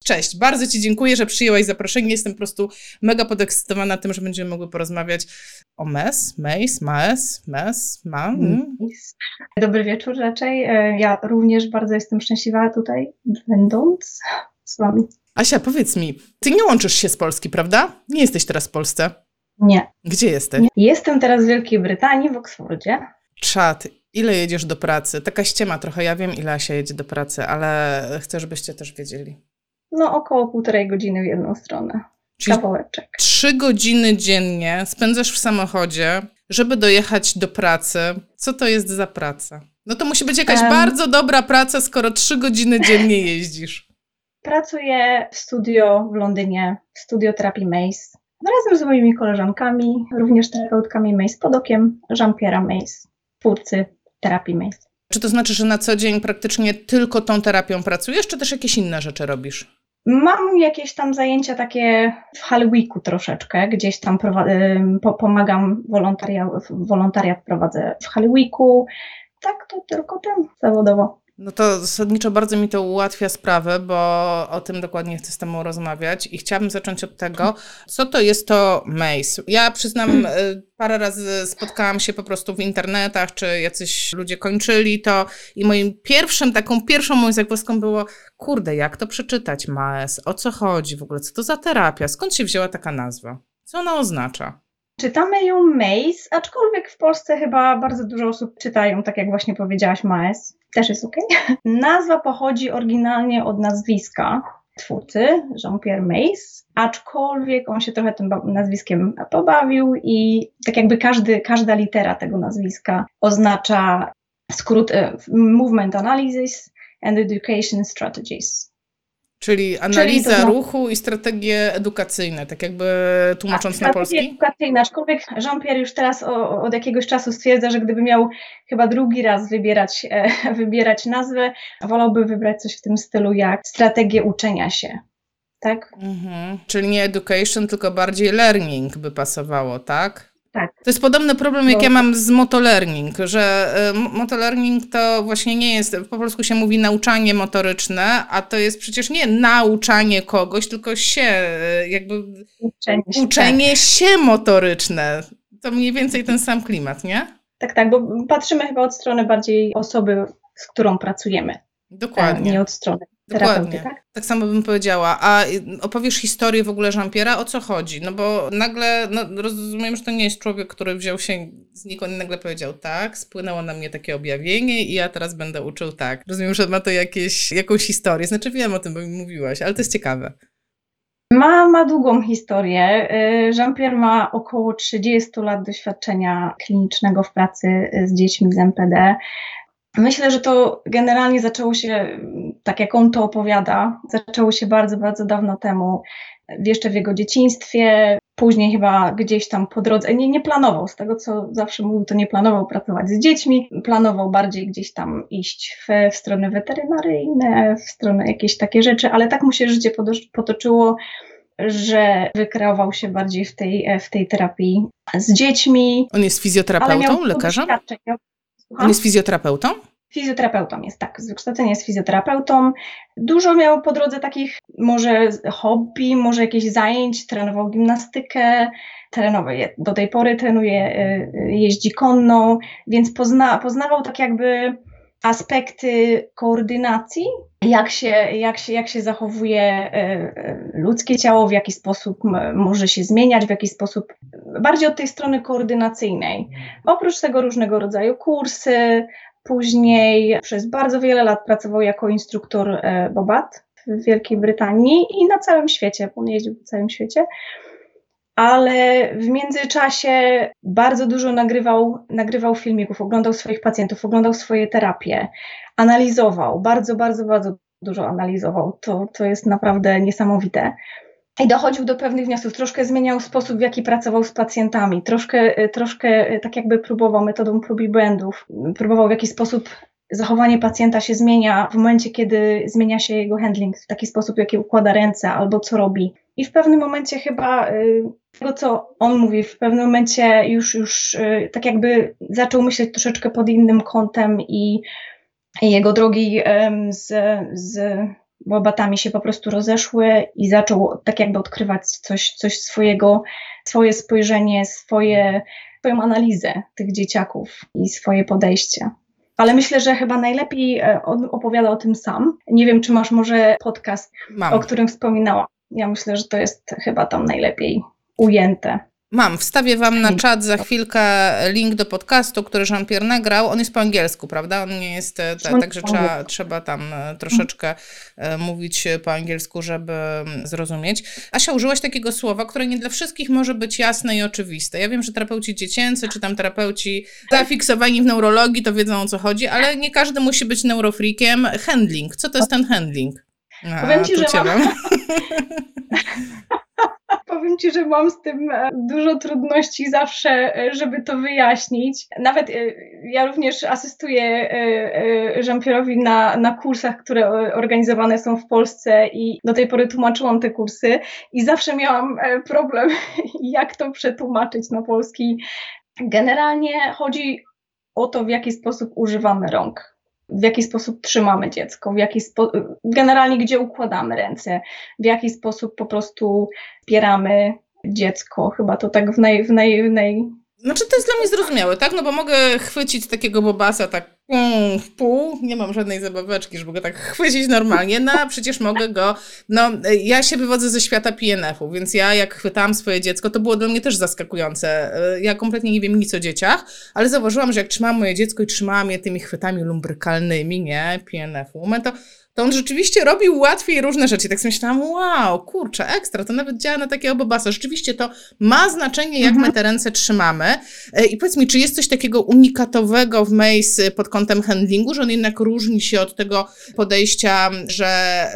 Cześć, bardzo Ci dziękuję, że przyjęłaś zaproszenie. Jestem po prostu mega podekscytowana tym, że będziemy mogły porozmawiać o Maes. Dobry wieczór raczej. Ja również bardzo jestem szczęśliwa tutaj, będąc z Wami. Asia, powiedz mi, Ty nie łączysz się z Polski, prawda? Nie jesteś teraz w Polsce? Nie. Gdzie jesteś? Nie. Jestem teraz w Wielkiej Brytanii, w Oksfordzie. Czad, ile jedziesz do pracy? Taka ściema trochę, ja wiem, ile Asia jedzie do pracy, ale chcę, żebyście też wiedzieli. No około 1,5 godziny w jedną stronę. Czyli kawałeczek. 3 godziny dziennie spędzasz w samochodzie, żeby dojechać do pracy. Co to jest za praca? No to musi być jakaś bardzo dobra praca, skoro 3 godziny dziennie jeździsz. Pracuję w studio w Londynie, w studio terapii Maes. Razem z moimi koleżankami, również terapeutkami Maes pod okiem Jean-Pierre'a Maes, twórcy terapii Maes. Czy to znaczy, że na co dzień praktycznie tylko tą terapią pracujesz, czy też jakieś inne rzeczy robisz? Mam jakieś tam zajęcia takie w Hallweeku troszeczkę, gdzieś tam pomagam, wolontariat prowadzę w Hallweeku. Tak, to tylko tam zawodowo. No to zasadniczo bardzo mi to ułatwia sprawę, bo o tym dokładnie chcę z Tobą rozmawiać i chciałabym zacząć od tego, co to jest to Maes. Ja przyznam, parę razy spotkałam się po prostu w internetach, czy jacyś ludzie kończyli to i moim pierwszą moją zagwozdką było, kurde, jak to przeczytać Maes, o co chodzi w ogóle, co to za terapia, skąd się wzięła taka nazwa, co ona oznacza? Czytamy ją Maes, aczkolwiek w Polsce chyba bardzo dużo osób czytają, tak jak właśnie powiedziałaś, Maes. Też jest okej. Nazwa pochodzi oryginalnie od nazwiska twórcy, Jean-Pierre Maes, aczkolwiek on się trochę tym nazwiskiem pobawił i tak jakby każda litera tego nazwiska oznacza skrót Movement Analysis and Education Strategies. Czyli analiza ruchu i strategie edukacyjne, tak jakby tłumacząc na polski? Strategie edukacyjne, aczkolwiek Jean-Pierre już teraz od jakiegoś czasu stwierdza, że gdyby miał chyba drugi raz wybierać nazwę, wolałby wybrać coś w tym stylu jak strategie uczenia się, tak? Czyli nie education, tylko bardziej learning by pasowało, tak? Tak. To jest podobny problem, jak ja mam z motolearning, że motolearning to właśnie nie jest, po polsku się mówi nauczanie motoryczne, a to jest przecież nie nauczanie kogoś, tylko uczenie się motoryczne. To mniej więcej ten sam klimat, nie? Tak, bo patrzymy chyba od strony bardziej osoby, z którą pracujemy. Dokładnie. Nie od strony terapeuty, tak? Tak samo bym powiedziała. A opowiesz historię w ogóle Jean-Pierre'a, o co chodzi? No bo nagle, rozumiem, że to nie jest człowiek, który wziął się znikąd i nagle powiedział tak, spłynęło na mnie takie objawienie i ja teraz będę uczył tak. Rozumiem, że ma to jakąś historię. Znaczy wiem o tym, bo mi mówiłaś, ale to jest ciekawe. Ma długą historię. Jean-Pierre ma około 30 lat doświadczenia klinicznego w pracy z dziećmi z NPD. Myślę, że to generalnie zaczęło się, tak jak on to opowiada, zaczęło się bardzo, bardzo dawno temu, jeszcze w jego dzieciństwie, później chyba gdzieś tam po drodze, nie planował, z tego co zawsze mówił, to nie planował pracować z dziećmi, planował bardziej gdzieś tam iść w strony weterynaryjne, w stronę jakieś takie rzeczy, ale tak mu się życie potoczyło, że wykreował się bardziej w tej terapii z dziećmi. On jest fizjoterapeutą, lekarzem? On jest fizjoterapeutą? Fizjoterapeutą jest, tak. Z wykształcenia jest fizjoterapeutą. Dużo miał po drodze takich może hobby, może jakichś zajęć. Trenował gimnastykę, do tej pory trenuje, jeździ konno, więc poznawał tak jakby aspekty koordynacji, jak się zachowuje ludzkie ciało, w jaki sposób może się zmieniać, w jaki sposób, bardziej od tej strony koordynacyjnej. Oprócz tego różnego rodzaju kursy, później przez bardzo wiele lat pracował jako instruktor Bobat w Wielkiej Brytanii i na całym świecie, on jeździł po całym świecie. Ale w międzyczasie bardzo dużo nagrywał filmików, oglądał swoich pacjentów, oglądał swoje terapie, analizował, bardzo, bardzo, bardzo dużo analizował. To jest naprawdę niesamowite. I dochodził do pewnych wniosków, troszkę zmieniał sposób, w jaki pracował z pacjentami, troszkę tak jakby próbował metodą prób i błędów, próbował w jaki sposób zachowanie pacjenta się zmienia w momencie, kiedy zmienia się jego handling, w taki sposób, w jaki układa ręce albo co robi. I w pewnym momencie chyba tego, co on mówi, w pewnym momencie już tak jakby zaczął myśleć troszeczkę pod innym kątem i jego drogi z łobatami się po prostu rozeszły i zaczął tak jakby odkrywać coś swojego, swoje spojrzenie, swoją analizę tych dzieciaków i swoje podejście. Ale myślę, że chyba najlepiej on opowiada o tym sam. Nie wiem, czy masz może podcast, o którym wspominałam. Ja myślę, że to jest chyba tam najlepiej ujęte. Mam, wstawię wam na czat za chwilkę link do podcastu, który Jean-Pierre nagrał. On jest po angielsku, prawda? On nie jest, także trzeba tam troszeczkę mówić po angielsku, żeby zrozumieć. Asia, użyłaś takiego słowa, które nie dla wszystkich może być jasne i oczywiste. Ja wiem, że terapeuci dziecięcy, czy tam terapeuci zafiksowani w neurologii, to wiedzą, o co chodzi, ale nie każdy musi być neurofreakiem. Handling. Co to jest ten handling? Powiem ci, że Powiem ci, że mam z tym dużo trudności zawsze, żeby to wyjaśnić. Nawet ja również asystuję Jean-Pierre'owi na kursach, które organizowane są w Polsce i do tej pory tłumaczyłam te kursy i zawsze miałam problem, jak to przetłumaczyć na polski. Generalnie chodzi o to, w jaki sposób używamy rąk. W jaki sposób trzymamy dziecko, generalnie gdzie układamy ręce, w jaki sposób po prostu wspieramy dziecko. Chyba to tak w naj... Znaczy to jest dla mnie zrozumiałe, tak? No bo mogę chwycić takiego bobasa tak w pół, nie mam żadnej zabaweczki, żeby go tak chwycić normalnie, no a przecież mogę go, ja się wywodzę ze świata PNF-u, więc ja jak chwytałam swoje dziecko, to było dla mnie też zaskakujące. Ja kompletnie nie wiem nic o dzieciach, ale zauważyłam, że jak trzymałam moje dziecko i trzymałam je tymi chwytami lumbrykalnymi, nie, PNF-u, to on rzeczywiście robił łatwiej różne rzeczy. Tak sobie myślałam, wow, kurczę, ekstra, to nawet działa na takiego bobasa. Rzeczywiście to ma znaczenie, jak my te ręce trzymamy. I powiedz mi, czy jest coś takiego unikatowego w Mace pod kątem handlingu, że on jednak różni się od tego podejścia, że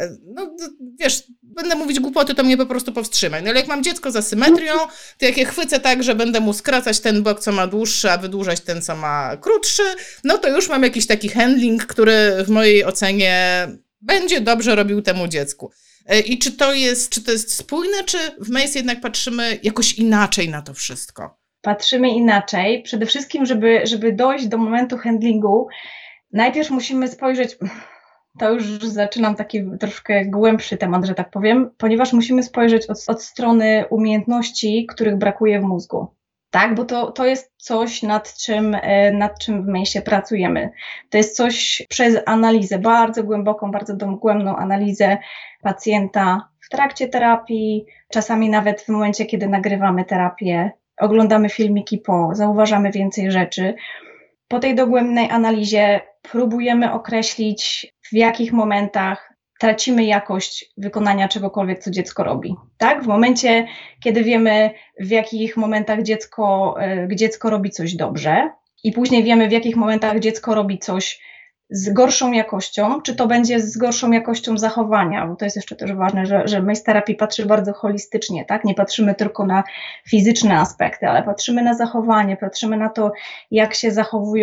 wiesz, będę mówić głupoty, to mnie po prostu powstrzymaj. No ale jak mam dziecko z asymetrią, to jak je chwycę tak, że będę mu skracać ten bok, co ma dłuższy, a wydłużać ten, co ma krótszy, no to już mam jakiś taki handling, który w mojej ocenie będzie dobrze robił temu dziecku. I czy to jest spójne, czy w Mace jednak patrzymy jakoś inaczej na to wszystko? Patrzymy inaczej. Przede wszystkim, żeby dojść do momentu handlingu, najpierw musimy spojrzeć, to już zaczynam taki troszkę głębszy temat, że tak powiem, ponieważ musimy spojrzeć od strony umiejętności, których brakuje w mózgu. Tak, bo to jest coś, nad czym w Mace pracujemy. To jest coś przez analizę, bardzo głęboką, bardzo dogłębną analizę pacjenta w trakcie terapii, czasami nawet w momencie, kiedy nagrywamy terapię, oglądamy filmiki zauważamy więcej rzeczy. Po tej dogłębnej analizie próbujemy określić, w jakich momentach tracimy jakość wykonania czegokolwiek, co dziecko robi. Tak? W momencie, kiedy wiemy, w jakich momentach dziecko robi coś dobrze i później wiemy, w jakich momentach dziecko robi coś z gorszą jakością, czy to będzie z gorszą jakością zachowania, bo to jest jeszcze też ważne, że Mace Therapy patrzy bardzo holistycznie, tak? Nie patrzymy tylko na fizyczne aspekty, ale patrzymy na zachowanie, patrzymy na to, jak się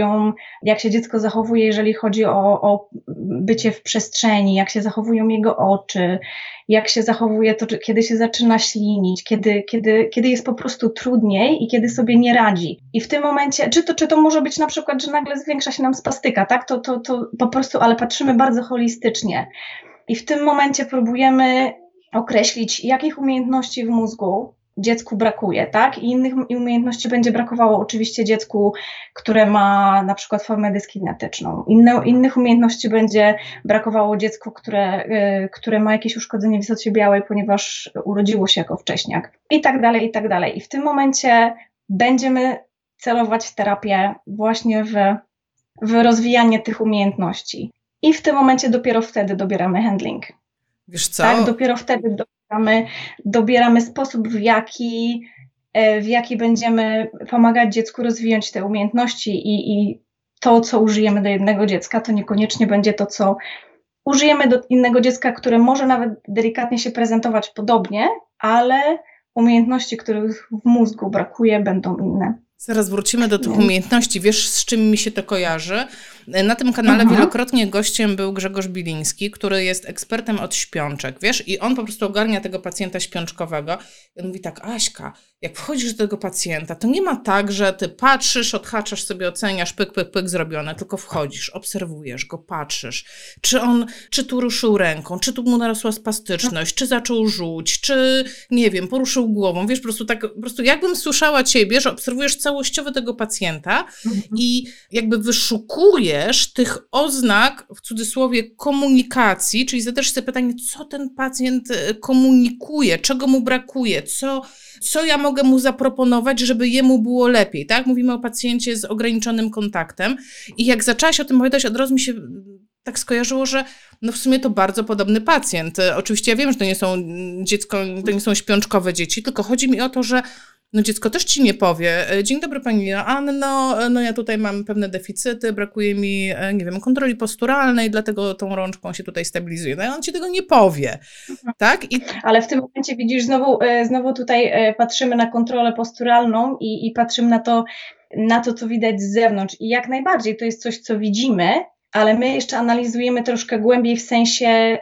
dziecko zachowuje, jeżeli chodzi o bycie w przestrzeni, jak się zachowują jego oczy, jak się zachowuje to, kiedy się zaczyna ślinić, kiedy jest po prostu trudniej i kiedy sobie nie radzi. I w tym momencie, czy to może być na przykład, że nagle zwiększa się nam spastyka, tak? To po prostu, ale patrzymy bardzo holistycznie. I w tym momencie próbujemy określić, jakich umiejętności w mózgu dziecku brakuje, tak? I innych umiejętności będzie brakowało oczywiście dziecku, które ma na przykład formę dyskinetyczną. Innych umiejętności będzie brakowało dziecku, które ma jakieś uszkodzenie w istocie białej, ponieważ urodziło się jako wcześniak. I tak dalej, i tak dalej. I w tym momencie będziemy celować w terapię właśnie w rozwijanie tych umiejętności. I w tym momencie dopiero wtedy dobieramy handling. Wiesz co? Tak, dopiero wtedy dobieramy sposób, w jaki będziemy pomagać dziecku rozwijać te umiejętności i to, co użyjemy do jednego dziecka, to niekoniecznie będzie to, co użyjemy do innego dziecka, które może nawet delikatnie się prezentować podobnie, ale umiejętności, których w mózgu brakuje, będą inne. Zaraz wrócimy do tych umiejętności. Wiesz, z czym mi się to kojarzy? Na tym kanale wielokrotnie gościem był Grzegorz Biliński, który jest ekspertem od śpiączek, wiesz? I on po prostu ogarnia tego pacjenta śpiączkowego. I on mówi tak, Aśka, jak wchodzisz do tego pacjenta, to nie ma tak, że ty patrzysz, odhaczasz sobie, oceniasz, pyk, pyk, pyk, zrobione, tylko wchodzisz, obserwujesz go, patrzysz, czy tu ruszył ręką, czy tu mu narosła spastyczność, czy zaczął żuć, czy, nie wiem, poruszył głową, wiesz, po prostu jakbym słyszała ciebie, że obserwujesz całościowo tego pacjenta i jakby wyszukujesz tych oznak, w cudzysłowie, komunikacji, czyli zadajesz sobie pytanie, co ten pacjent komunikuje, czego mu brakuje, co ja mogę mu zaproponować, żeby jemu było lepiej, tak? Mówimy o pacjencie z ograniczonym kontaktem i jak zaczęłaś o tym opowiadać, od razu mi się tak skojarzyło, że no w sumie to bardzo podobny pacjent. Oczywiście ja wiem, że to nie są śpiączkowe dzieci, tylko chodzi mi o to, że no dziecko też ci nie powie, dzień dobry pani Joanno, no ja tutaj mam pewne deficyty, brakuje mi, nie wiem, kontroli posturalnej, dlatego tą rączką się tutaj stabilizuje. No i on ci tego nie powie, tak? Ale w tym momencie widzisz, znowu tutaj patrzymy na kontrolę posturalną i patrzymy na to, co widać z zewnątrz. I jak najbardziej to jest coś, co widzimy, ale my jeszcze analizujemy troszkę głębiej w sensie,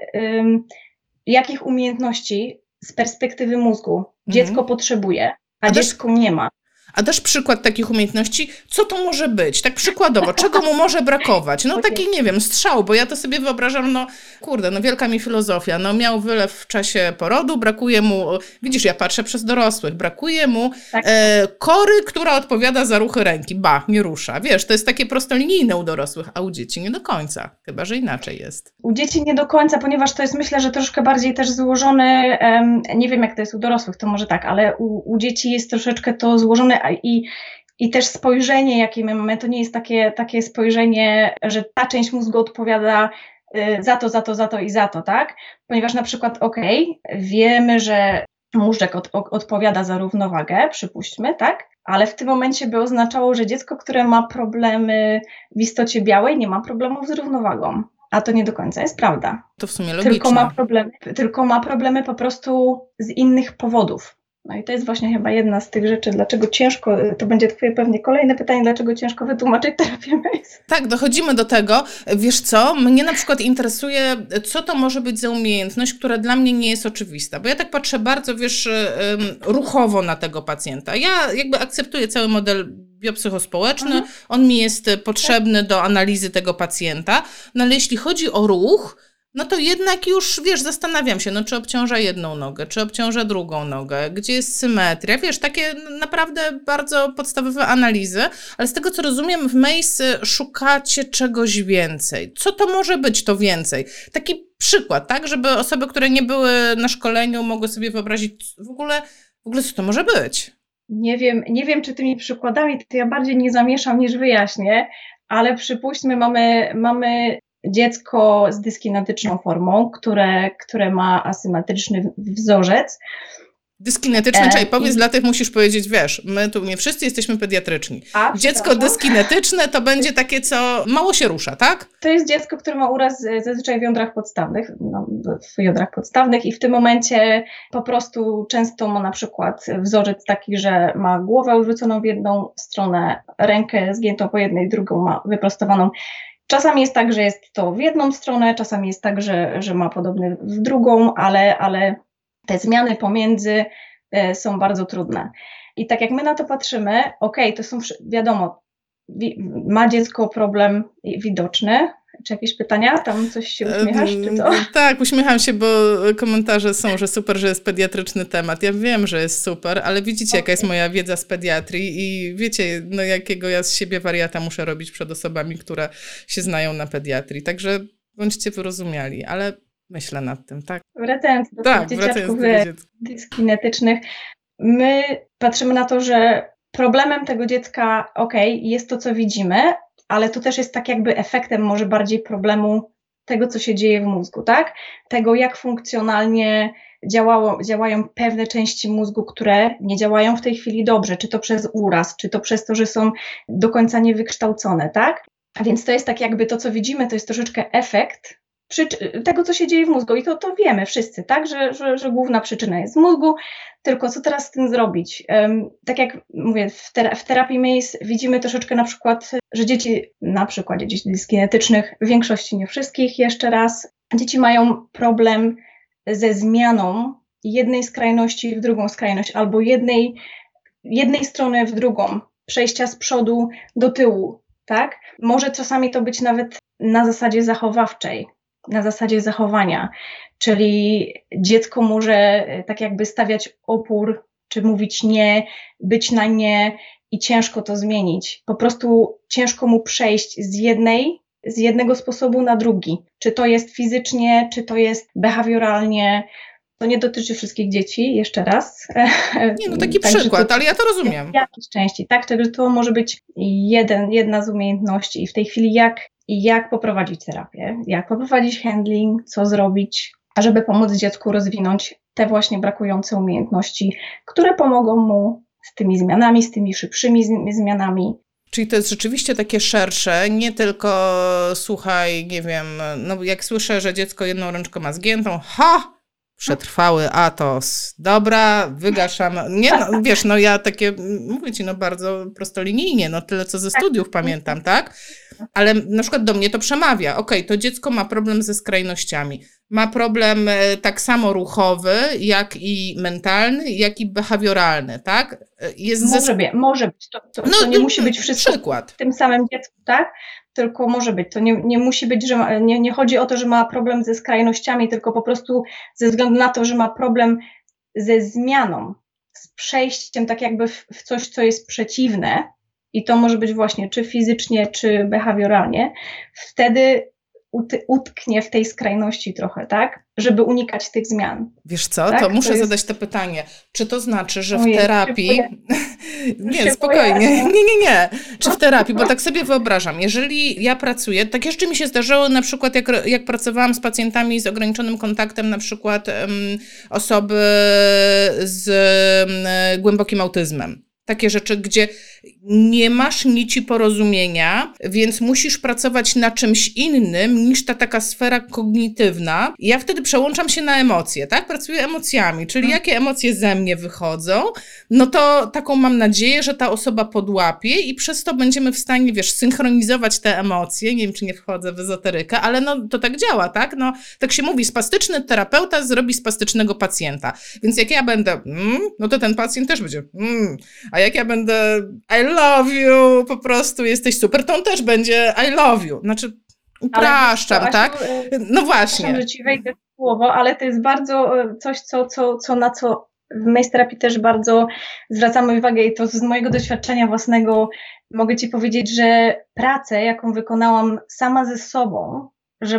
jakich umiejętności z perspektywy mózgu dziecko potrzebuje, a dziecko nie ma. A dasz przykład takich umiejętności? Co to może być? Tak przykładowo, czego mu może brakować? No taki, nie wiem, strzał, bo ja to sobie wyobrażam, no kurde, no wielka mi filozofia, no miał wylew w czasie porodu, brakuje mu, widzisz, ja patrzę przez dorosłych, brakuje mu kory, która odpowiada za ruchy ręki, nie rusza. Wiesz, to jest takie prostolinijne u dorosłych, a u dzieci nie do końca, chyba że inaczej jest. U dzieci nie do końca, ponieważ to jest, myślę, że troszkę bardziej też złożone, nie wiem jak to jest u dorosłych, to może tak, ale u dzieci jest troszeczkę to złożone i też spojrzenie, jakie my mamy, to nie jest takie spojrzenie, że ta część mózgu odpowiada za to i za to, tak? Ponieważ na przykład, wiemy, że móżdżek odpowiada za równowagę, przypuśćmy, tak? Ale w tym momencie by oznaczało, że dziecko, które ma problemy w istocie białej, nie ma problemów z równowagą. A to nie do końca jest prawda. To w sumie logiczne. Tylko ma problemy po prostu z innych powodów. No i to jest właśnie chyba jedna z tych rzeczy, dlaczego ciężko, to będzie twoje pewnie kolejne pytanie, dlaczego ciężko wytłumaczyć terapię MACE. Tak, dochodzimy do tego. Wiesz co, mnie na przykład interesuje, co to może być za umiejętność, która dla mnie nie jest oczywista, bo ja tak patrzę bardzo, wiesz, ruchowo na tego pacjenta. Ja jakby akceptuję cały model biopsychospołeczny, on mi jest potrzebny do analizy tego pacjenta, no ale jeśli chodzi o ruch, no to jednak już, wiesz, zastanawiam się, no czy obciąża jedną nogę, czy obciąża drugą nogę, gdzie jest symetria, wiesz, takie naprawdę bardzo podstawowe analizy, ale z tego, co rozumiem, w MACE szukacie czegoś więcej. Co to może być to więcej? Taki przykład, tak, żeby osoby, które nie były na szkoleniu, mogły sobie wyobrazić w ogóle co to może być? Nie wiem, czy tymi przykładami to ja bardziej nie zamieszam niż wyjaśnię, ale przypuśćmy, mamy dziecko z dyskinetyczną formą, które ma asymetryczny wzorzec. Dyskinetyczny, czyli powiedz dla tych, musisz powiedzieć, wiesz, my tu nie wszyscy jesteśmy pediatryczni. Dziecko dyskinetyczne to będzie takie, co mało się rusza, tak? To jest dziecko, które ma uraz zazwyczaj w jądrach podstawnych i w tym momencie po prostu często ma na przykład wzorzec taki, że ma głowę odwróconą w jedną stronę, rękę zgiętą po jednej, drugą ma wyprostowaną. Czasami jest tak, że jest to w jedną stronę, czasami jest tak, że ma podobny w drugą, ale te zmiany pomiędzy są bardzo trudne. I tak jak my na to patrzymy, to są, wiadomo, ma dziecko problem widoczny. Czy jakieś pytania? Tam coś się uśmiechasz, czy co? Tak, uśmiecham się, bo komentarze są, że super, że jest pediatryczny temat. Ja wiem, że jest super, ale widzicie, jaka jest moja wiedza z pediatrii i wiecie, no jakiego ja z siebie wariata muszę robić przed osobami, które się znają na pediatrii. Także bądźcie wyrozumiali, ale myślę nad tym, tak? Wracając do tych dzieciaczków dyskinetycznych, my patrzymy na to, że problemem tego dziecka, jest to, co widzimy, ale to też jest tak jakby efektem może bardziej problemu tego, co się dzieje w mózgu, tak? Tego, jak funkcjonalnie działają pewne części mózgu, które nie działają w tej chwili dobrze, czy to przez uraz, czy to przez to, że są do końca niewykształcone, tak? A więc to jest tak jakby to, co widzimy, to jest troszeczkę efekt tego, co się dzieje w mózgu i to wiemy wszyscy, tak, że główna przyczyna jest w mózgu, tylko co teraz z tym zrobić? Tak jak mówię, w terapii MACE widzimy troszeczkę na przykład, że na przykładzie dzieci dyskinetycznych, w większości nie wszystkich jeszcze raz, dzieci mają problem ze zmianą jednej skrajności w drugą skrajność albo jednej jednej strony w drugą, przejścia z przodu do tyłu, tak? Może czasami to być nawet na zasadzie zachowawczej, na zasadzie zachowania, czyli dziecko może tak jakby stawiać opór, czy mówić nie, być na nie i ciężko to zmienić. Po prostu ciężko mu przejść z jednego sposobu na drugi. Czy to jest fizycznie, czy to jest behawioralnie. To nie dotyczy wszystkich dzieci, jeszcze raz. Nie, no taki przykład, ale ja to rozumiem. Jakiejś części, tak? Także to może być jedna z umiejętności i w tej chwili jak poprowadzić terapię, jak poprowadzić handling, co zrobić, żeby pomóc dziecku rozwinąć te właśnie brakujące umiejętności, które pomogą mu z tymi zmianami, z tymi szybszymi zmianami. Czyli to jest rzeczywiście takie szersze, nie tylko słuchaj, nie wiem, no jak słyszę, że dziecko jedną ręczką ma zgiętą, przetrwały atos, dobra, wygaszam, nie no, wiesz, no ja takie, mówię ci, no bardzo prostolinijnie, no tyle co ze studiów pamiętam, tak? Ale na przykład do mnie to przemawia, okej, to dziecko ma problem ze skrajnościami, ma problem tak samo ruchowy, jak i mentalny, jak i behawioralny, tak? Może być, to nie musi być wszystko przykład. W tym samym dziecku, tak? Tylko może być, to nie musi być, że nie chodzi o to, że ma problem ze skrajnościami, tylko po prostu ze względu na to, że ma problem ze zmianą, z przejściem tak jakby w coś, co jest przeciwne i to może być właśnie czy fizycznie, czy behawioralnie, wtedy utknie w tej skrajności trochę, tak? Żeby unikać tych zmian. Wiesz co, tak? to muszę zadać to pytanie. Czy to znaczy, że w terapii... Nie, spokojnie. Nie. Czy w terapii, bo tak sobie wyobrażam, jeżeli ja pracuję, tak jeszcze mi się zdarzyło na przykład, jak pracowałam z pacjentami z ograniczonym kontaktem, na przykład osoby z głębokim autyzmem. Takie rzeczy, gdzie nie masz nici porozumienia, więc musisz pracować na czymś innym niż ta taka sfera kognitywna. Ja wtedy przełączam się na emocje, tak? Pracuję emocjami, czyli jakie emocje ze mnie wychodzą, no to taką mam nadzieję, że ta osoba podłapie i przez to będziemy w stanie, wiesz, synchronizować te emocje. Nie wiem, czy nie wchodzę w ezoterykę, ale no to tak działa, tak? No tak się mówi, spastyczny terapeuta zrobi spastycznego pacjenta. Więc jak ja będę, no to ten pacjent też będzie, a jak ja będę I love you, po prostu jesteś super, to on też będzie I love you. Znaczy, upraszczam, ale tak? No właśnie. Że ci wejdę w słowo, ale to jest bardzo coś, na co w Maze terapii też bardzo zwracamy uwagę i to z mojego doświadczenia własnego mogę ci powiedzieć, że pracę, jaką wykonałam sama ze sobą,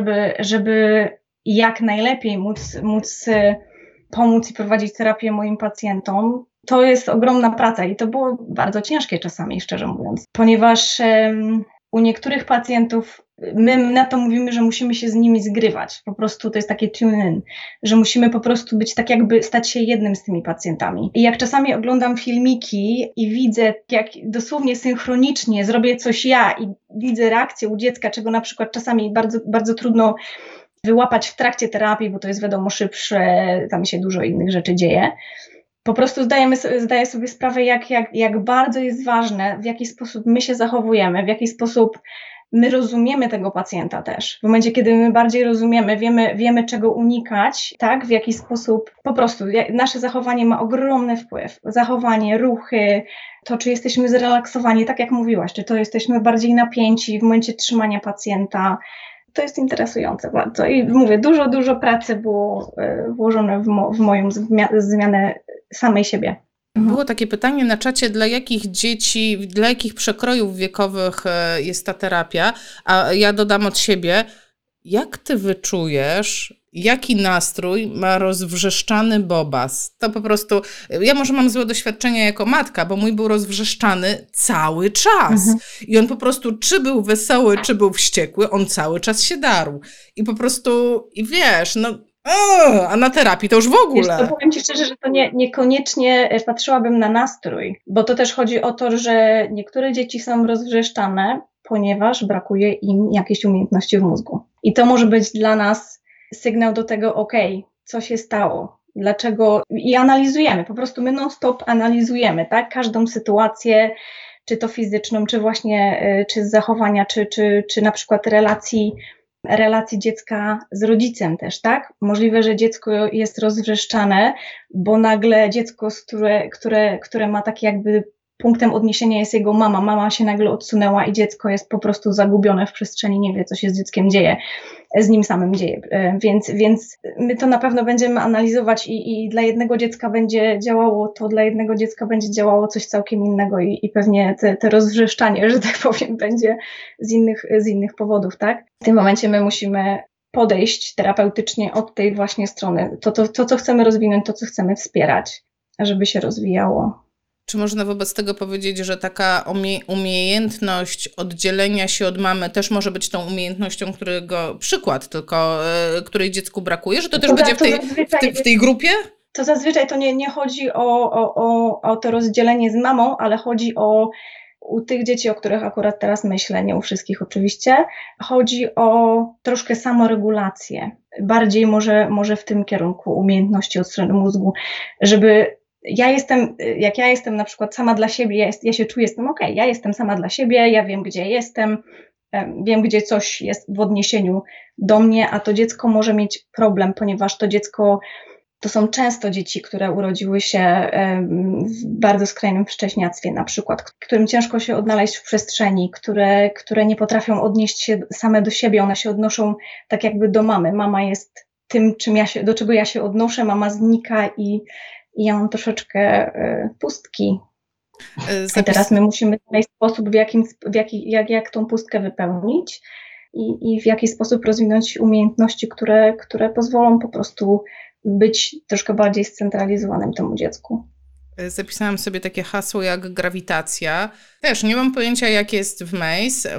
żeby jak najlepiej móc pomóc i prowadzić terapię moim pacjentom, to jest ogromna praca i to było bardzo ciężkie czasami, szczerze mówiąc, ponieważ u niektórych pacjentów my na to mówimy, że musimy się z nimi zgrywać. Po prostu to jest takie tune-in, że musimy po prostu być tak jakby stać się jednym z tymi pacjentami. I jak czasami oglądam filmiki i widzę, jak dosłownie synchronicznie zrobię coś ja i widzę reakcję u dziecka, czego na przykład czasami bardzo, bardzo trudno wyłapać w trakcie terapii, bo to jest wiadomo szybsze, tam się dużo innych rzeczy dzieje. Po prostu zdaję sobie sprawę, jak bardzo jest ważne, w jaki sposób my się zachowujemy, w jaki sposób my rozumiemy tego pacjenta też. W momencie, kiedy my bardziej rozumiemy, wiemy czego unikać, tak, w jaki sposób po prostu nasze zachowanie ma ogromny wpływ. Zachowanie, ruchy, to czy jesteśmy zrelaksowani, tak jak mówiłaś, czy to jesteśmy bardziej napięci w momencie trzymania pacjenta. To jest interesujące bardzo i mówię, dużo pracy było włożone w moją zmianę samej siebie. Było takie pytanie na czacie, dla jakich dzieci, dla jakich przekrojów wiekowych jest ta terapia, a ja dodam od siebie, jak ty wyczujesz, jaki nastrój ma rozwrzeszczany Bobas? To po prostu, ja może mam złe doświadczenia jako matka, bo mój był rozwrzeszczany cały czas. I on po prostu, czy był wesoły, czy był wściekły, on cały czas się darł. I po prostu, i wiesz, no, a na terapii to już w ogóle. Wiesz, to powiem ci szczerze, że to niekoniecznie patrzyłabym na nastrój, bo to też chodzi o to, że niektóre dzieci są rozwrzeszczane, ponieważ brakuje im jakiejś umiejętności w mózgu. I to może być dla nas sygnał do tego, co się stało, dlaczego, i analizujemy, po prostu my non-stop analizujemy, tak, każdą sytuację, czy to fizyczną, czy właśnie, czy z zachowania, czy na przykład relacji relacji dziecka z rodzicem też, tak? Możliwe, że dziecko jest rozwrzeszczane, bo nagle dziecko, które ma taki jakby punktem odniesienia jest jego mama. Mama się nagle odsunęła i dziecko jest po prostu zagubione w przestrzeni, nie wie, co się z dzieckiem dzieje, z nim samym dzieje. Więc my to na pewno będziemy analizować i dla jednego dziecka będzie działało to, dla jednego dziecka będzie działało coś całkiem innego i pewnie te rozwrzeszczanie, że tak powiem, będzie z innych powodów, tak? W tym momencie my musimy podejść terapeutycznie od tej właśnie strony. To, co chcemy rozwinąć, to, co chcemy wspierać, żeby się rozwijało. Czy można wobec tego powiedzieć, że taka umiejętność oddzielenia się od mamy też może być tą umiejętnością, której dziecku brakuje? Że to też będzie w tej grupie? To zazwyczaj to nie chodzi o to rozdzielenie z mamą, ale chodzi u tych dzieci, o których akurat teraz myślę, nie u wszystkich oczywiście, chodzi o troszkę samoregulację. Bardziej może w tym kierunku umiejętności od strony mózgu, żeby jak ja jestem na przykład sama dla siebie, ja się czuję, jestem okej, ja jestem sama dla siebie, ja wiem, gdzie jestem, wiem, gdzie coś jest w odniesieniu do mnie, a to dziecko może mieć problem, ponieważ to są często dzieci, które urodziły się w bardzo skrajnym wcześniactwie na przykład, którym ciężko się odnaleźć w przestrzeni, które nie potrafią odnieść się same do siebie, one się odnoszą tak jakby do mamy. Mama jest tym, do czego ja się odnoszę, mama znika i ja mam troszeczkę pustki. I teraz my musimy znaleźć sposób, jak tą pustkę wypełnić i w jaki sposób rozwinąć umiejętności, które pozwolą po prostu być troszkę bardziej scentralizowanym temu dziecku. Zapisałam sobie takie hasło jak grawitacja. Też nie mam pojęcia, jak jest w Maze,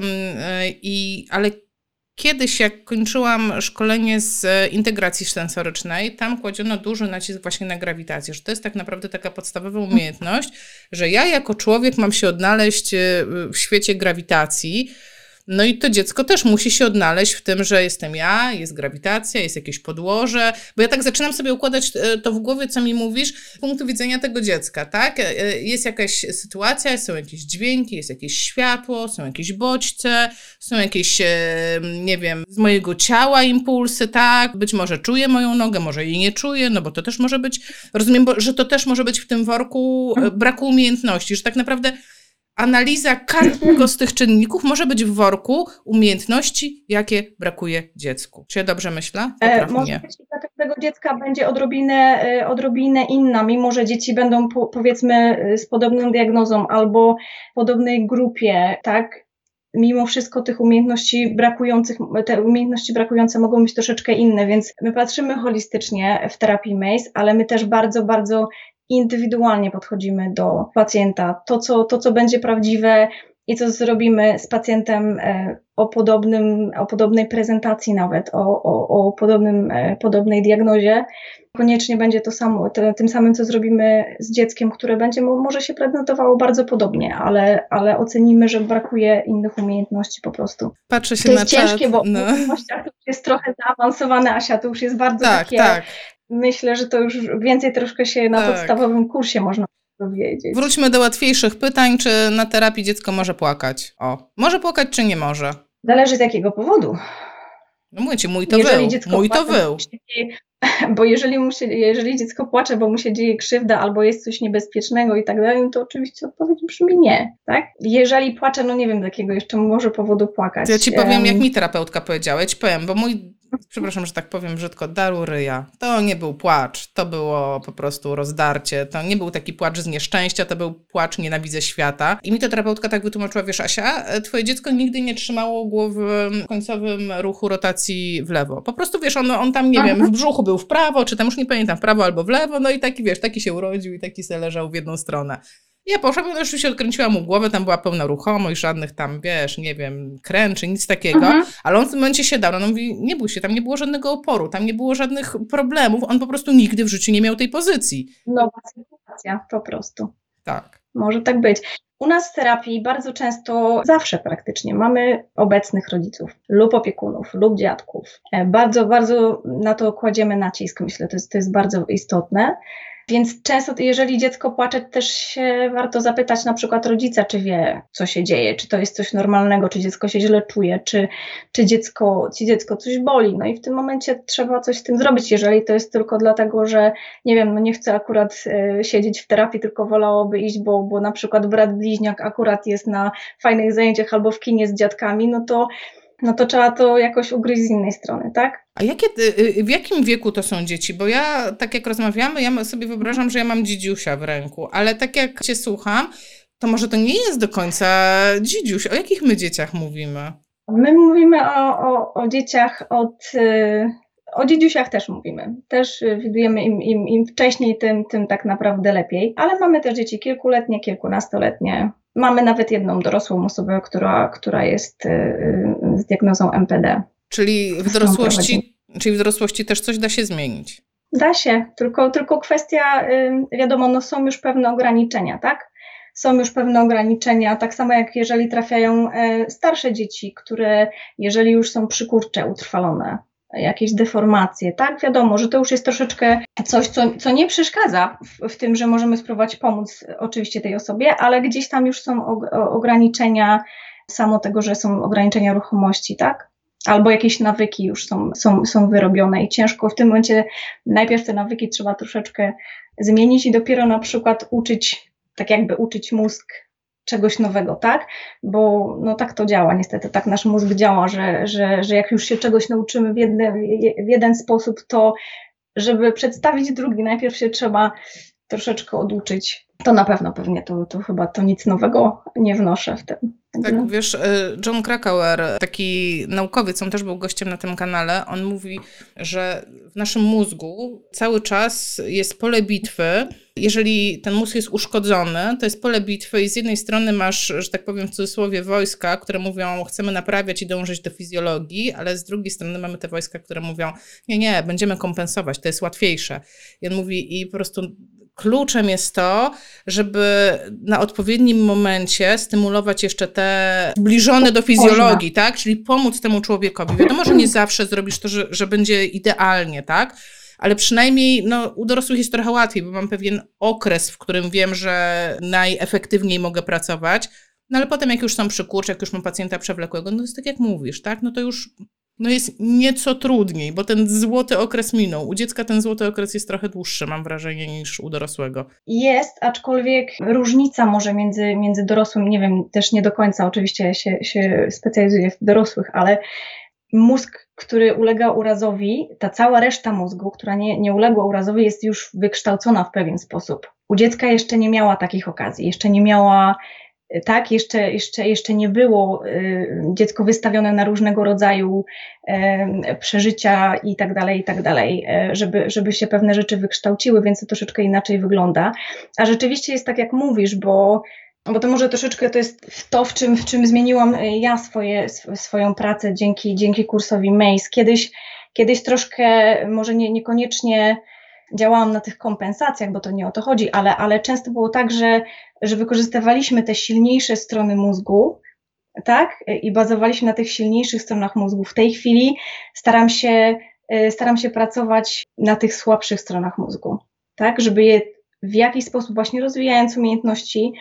ale kiedyś, jak kończyłam szkolenie z integracji sensorycznej, tam kładziono duży nacisk właśnie na grawitację, że to jest tak naprawdę taka podstawowa umiejętność, że ja jako człowiek mam się odnaleźć w świecie grawitacji. No i to dziecko też musi się odnaleźć w tym, że jestem ja, jest grawitacja, jest jakieś podłoże, bo ja tak zaczynam sobie układać to w głowie, co mi mówisz, z punktu widzenia tego dziecka, tak? Jest jakaś sytuacja, są jakieś dźwięki, jest jakieś światło, są jakieś bodźce, są jakieś, nie wiem, z mojego ciała impulsy, tak? Być może czuję moją nogę, może jej nie czuję, no bo to też może być, rozumiem, że to też może być w tym worku braku umiejętności, że tak naprawdę analiza każdego z tych czynników może być w worku umiejętności, jakie brakuje dziecku. Czy ja dobrze myślę? Może być dla każdego dziecka będzie odrobinę inna, mimo że dzieci będą powiedzmy z podobną diagnozą albo w podobnej grupie, tak? Mimo wszystko te umiejęności brakujące mogą być troszeczkę inne, więc my patrzymy holistycznie w terapii Maze, ale my też bardzo, bardzo indywidualnie podchodzimy do pacjenta. To, co będzie prawdziwe i co zrobimy z pacjentem o podobnej prezentacji nawet, o podobnej diagnozie, koniecznie będzie to samo, tym samym, co zrobimy z dzieckiem, które może się prezentowało bardzo podobnie, ale ocenimy, że brakuje innych umiejętności po prostu. Patrzę się to na jest ciężkie, bo umiejętnościach to już jest trochę zaawansowane, Asia, to już jest bardzo takie... Tak. Myślę, że to już więcej troszkę się na podstawowym kursie można powiedzieć. Wróćmy do łatwiejszych pytań. Czy na terapii dziecko może płakać? Może płakać, czy nie może? Zależy z jakiego powodu. No mówię ci, mój to był. Bo jeżeli dziecko płacze, bo mu się dzieje krzywda albo jest coś niebezpiecznego i tak dalej, to oczywiście odpowiedź brzmi nie, tak? Jeżeli płacze, no nie wiem z jakiego jeszcze może powodu płakać. To ja ci powiem, jak mi terapeutka powiedziała. Ja ci powiem, bo przepraszam, że tak powiem brzydko, daru ryja. To nie był płacz, to było po prostu rozdarcie. To nie był taki płacz z nieszczęścia, to był płacz nienawidzę świata. I mi to terapeutka tak wytłumaczyła, wiesz Asia, twoje dziecko nigdy nie trzymało głowy w końcowym ruchu rotacji w lewo. Po prostu wiesz, on tam, nie wiem, w brzuchu był w prawo, czy tam już nie pamiętam, w prawo albo w lewo, no i taki, wiesz, taki się urodził i taki se leżał w jedną stronę. Ja poszłam, już się odkręciła mu głowę, tam była pełna ruchomość, żadnych tam, wiesz, nie wiem, kręczy, nic takiego, ale on w tym momencie się dał, on mówi, nie bój się, tam nie było żadnego oporu, tam nie było żadnych problemów, on po prostu nigdy w życiu nie miał tej pozycji. Nowa sytuacja, po prostu. Tak. Może tak być. U nas w terapii bardzo często, zawsze praktycznie, mamy obecnych rodziców lub opiekunów, lub dziadków. Bardzo, bardzo na to kładziemy nacisk, myślę, to jest bardzo istotne. Więc często, jeżeli dziecko płacze, też się warto zapytać na przykład rodzica, czy wie, co się dzieje, czy to jest coś normalnego, czy dziecko się źle czuje, czy dziecko coś boli. No i w tym momencie trzeba coś z tym zrobić, jeżeli to jest tylko dlatego, że nie wiem, no nie chce akurat siedzieć w terapii, tylko wolałoby iść, bo na przykład brat bliźniak akurat jest na fajnych zajęciach albo w kinie z dziadkami, no to trzeba to jakoś ugryźć z innej strony, tak? A w jakim wieku to są dzieci? Bo ja, tak jak rozmawiamy, ja sobie wyobrażam, że ja mam dzidziusia w ręku, ale tak jak cię słucham, to może to nie jest do końca dzidziuś. O jakich my dzieciach mówimy? My mówimy o dzieciach o dzidziusiach też mówimy. Też widujemy im wcześniej, tym tak naprawdę lepiej. Ale mamy też dzieci kilkuletnie, kilkunastoletnie. Mamy nawet jedną dorosłą osobę, która jest z diagnozą MPD. Czyli w dorosłości też coś da się zmienić? Da się, tylko kwestia, wiadomo, no są już pewne ograniczenia, tak? Są już pewne ograniczenia, tak samo jak jeżeli trafiają starsze dzieci, które jeżeli już są przykurcze, utrwalone, jakieś deformacje, tak? Wiadomo, że to już jest troszeczkę coś, co nie przeszkadza w tym, że możemy spróbować pomóc oczywiście tej osobie, ale gdzieś tam już są ograniczenia samo tego, że są ograniczenia ruchomości, tak? Albo jakieś nawyki już są wyrobione i ciężko w tym momencie najpierw te nawyki trzeba troszeczkę zmienić i dopiero na przykład uczyć mózg czegoś nowego, tak? Bo no tak to działa niestety, tak nasz mózg działa, że jak już się czegoś nauczymy w jeden sposób, to żeby przedstawić drugi, najpierw się trzeba troszeczkę oduczyć. To na pewno pewnie to chyba to nic nowego nie wnoszę w tym. Tak, wiesz, Jon Krakauer, taki naukowiec, on też był gościem na tym kanale, on mówi, że w naszym mózgu cały czas jest pole bitwy. Jeżeli ten mózg jest uszkodzony, to jest pole bitwy i z jednej strony masz, że tak powiem w cudzysłowie, wojska, które mówią, chcemy naprawiać i dążyć do fizjologii, ale z drugiej strony mamy te wojska, które mówią, nie, będziemy kompensować, to jest łatwiejsze. I on mówi, i po prostu kluczem jest to, żeby na odpowiednim momencie stymulować jeszcze te zbliżone do fizjologii, tak? Czyli pomóc temu człowiekowi. Wiadomo, że nie zawsze zrobisz to, że będzie idealnie, tak? Ale przynajmniej u dorosłych jest trochę łatwiej, bo mam pewien okres, w którym wiem, że najefektywniej mogę pracować, ale potem jak już są przykurcze, jak już mam pacjenta przewlekłego, to jest tak jak mówisz, tak? To już jest nieco trudniej, bo ten złoty okres minął. U dziecka ten złoty okres jest trochę dłuższy, mam wrażenie, niż u dorosłego. Jest, aczkolwiek różnica może między dorosłym, nie wiem, też nie do końca oczywiście się specjalizuję w dorosłych, ale mózg, który ulega urazowi, ta cała reszta mózgu, która nie uległa urazowi, jest już wykształcona w pewien sposób. U dziecka jeszcze nie miała takich okazji, jeszcze nie miała, tak, jeszcze nie było dziecko wystawione na różnego rodzaju przeżycia i tak dalej, żeby się pewne rzeczy wykształciły, więc to troszeczkę inaczej wygląda. A rzeczywiście jest tak, jak mówisz, bo to może troszeczkę to jest to, w czym zmieniłam ja swoją pracę dzięki kursowi MACE. Kiedyś troszkę, może niekoniecznie działałam na tych kompensacjach, bo to nie o to chodzi, ale często było tak, że wykorzystywaliśmy te silniejsze strony mózgu, tak? I bazowaliśmy na tych silniejszych stronach mózgu. W tej chwili staram się pracować na tych słabszych stronach mózgu, tak? Żeby je w jakiś sposób właśnie rozwijając umiejętności,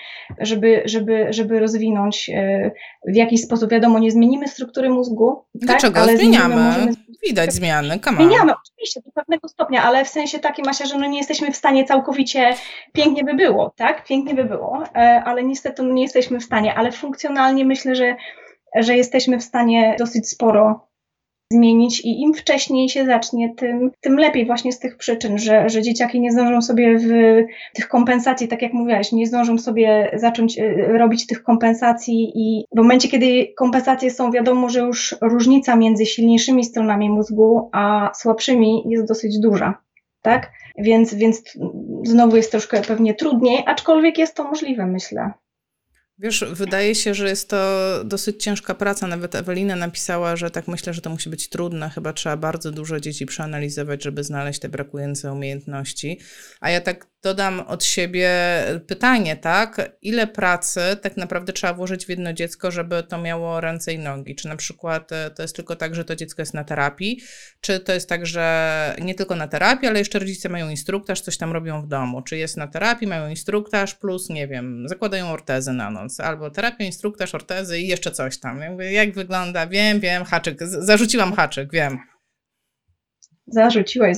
żeby rozwinąć w jakiś sposób, wiadomo, nie zmienimy struktury mózgu. Dlaczego? Tak? Ale Zmieniamy. Widać zmiany. Zmieniamy, oczywiście, do pewnego stopnia, ale w sensie takim, Asia, że nie jesteśmy w stanie całkowicie, pięknie by było, tak? Pięknie by było, ale niestety nie jesteśmy w stanie, ale funkcjonalnie myślę, że jesteśmy w stanie dosyć sporo zmienić i im wcześniej się zacznie, tym lepiej właśnie z tych przyczyn, że dzieciaki nie zdążą sobie w tych kompensacji, tak jak mówiłaś, nie zdążą sobie zacząć robić tych kompensacji i w momencie, kiedy kompensacje są, wiadomo, że już różnica między silniejszymi stronami mózgu a słabszymi jest dosyć duża, tak? Więc znowu jest troszkę pewnie trudniej, aczkolwiek jest to możliwe, myślę. Wiesz, wydaje się, że jest to dosyć ciężka praca. Nawet Ewelina napisała, że tak myślę, że to musi być trudne. Chyba trzeba bardzo dużo dzieci przeanalizować, żeby znaleźć te brakujące umiejętności. A ja tak dodam od siebie pytanie, tak? Ile pracy tak naprawdę trzeba włożyć w jedno dziecko, żeby to miało ręce i nogi? Czy na przykład to jest tylko tak, że to dziecko jest na terapii? Czy to jest tak, że nie tylko na terapii, ale jeszcze rodzice mają instruktaż, coś tam robią w domu? Czy jest na terapii, mają instruktaż plus, nie wiem, zakładają ortezy na noc? Albo terapia, instruktaż, ortezy i jeszcze coś tam. Jak wygląda? Wiem, haczyk. Zarzuciłam haczyk, wiem. Zarzuciłaś.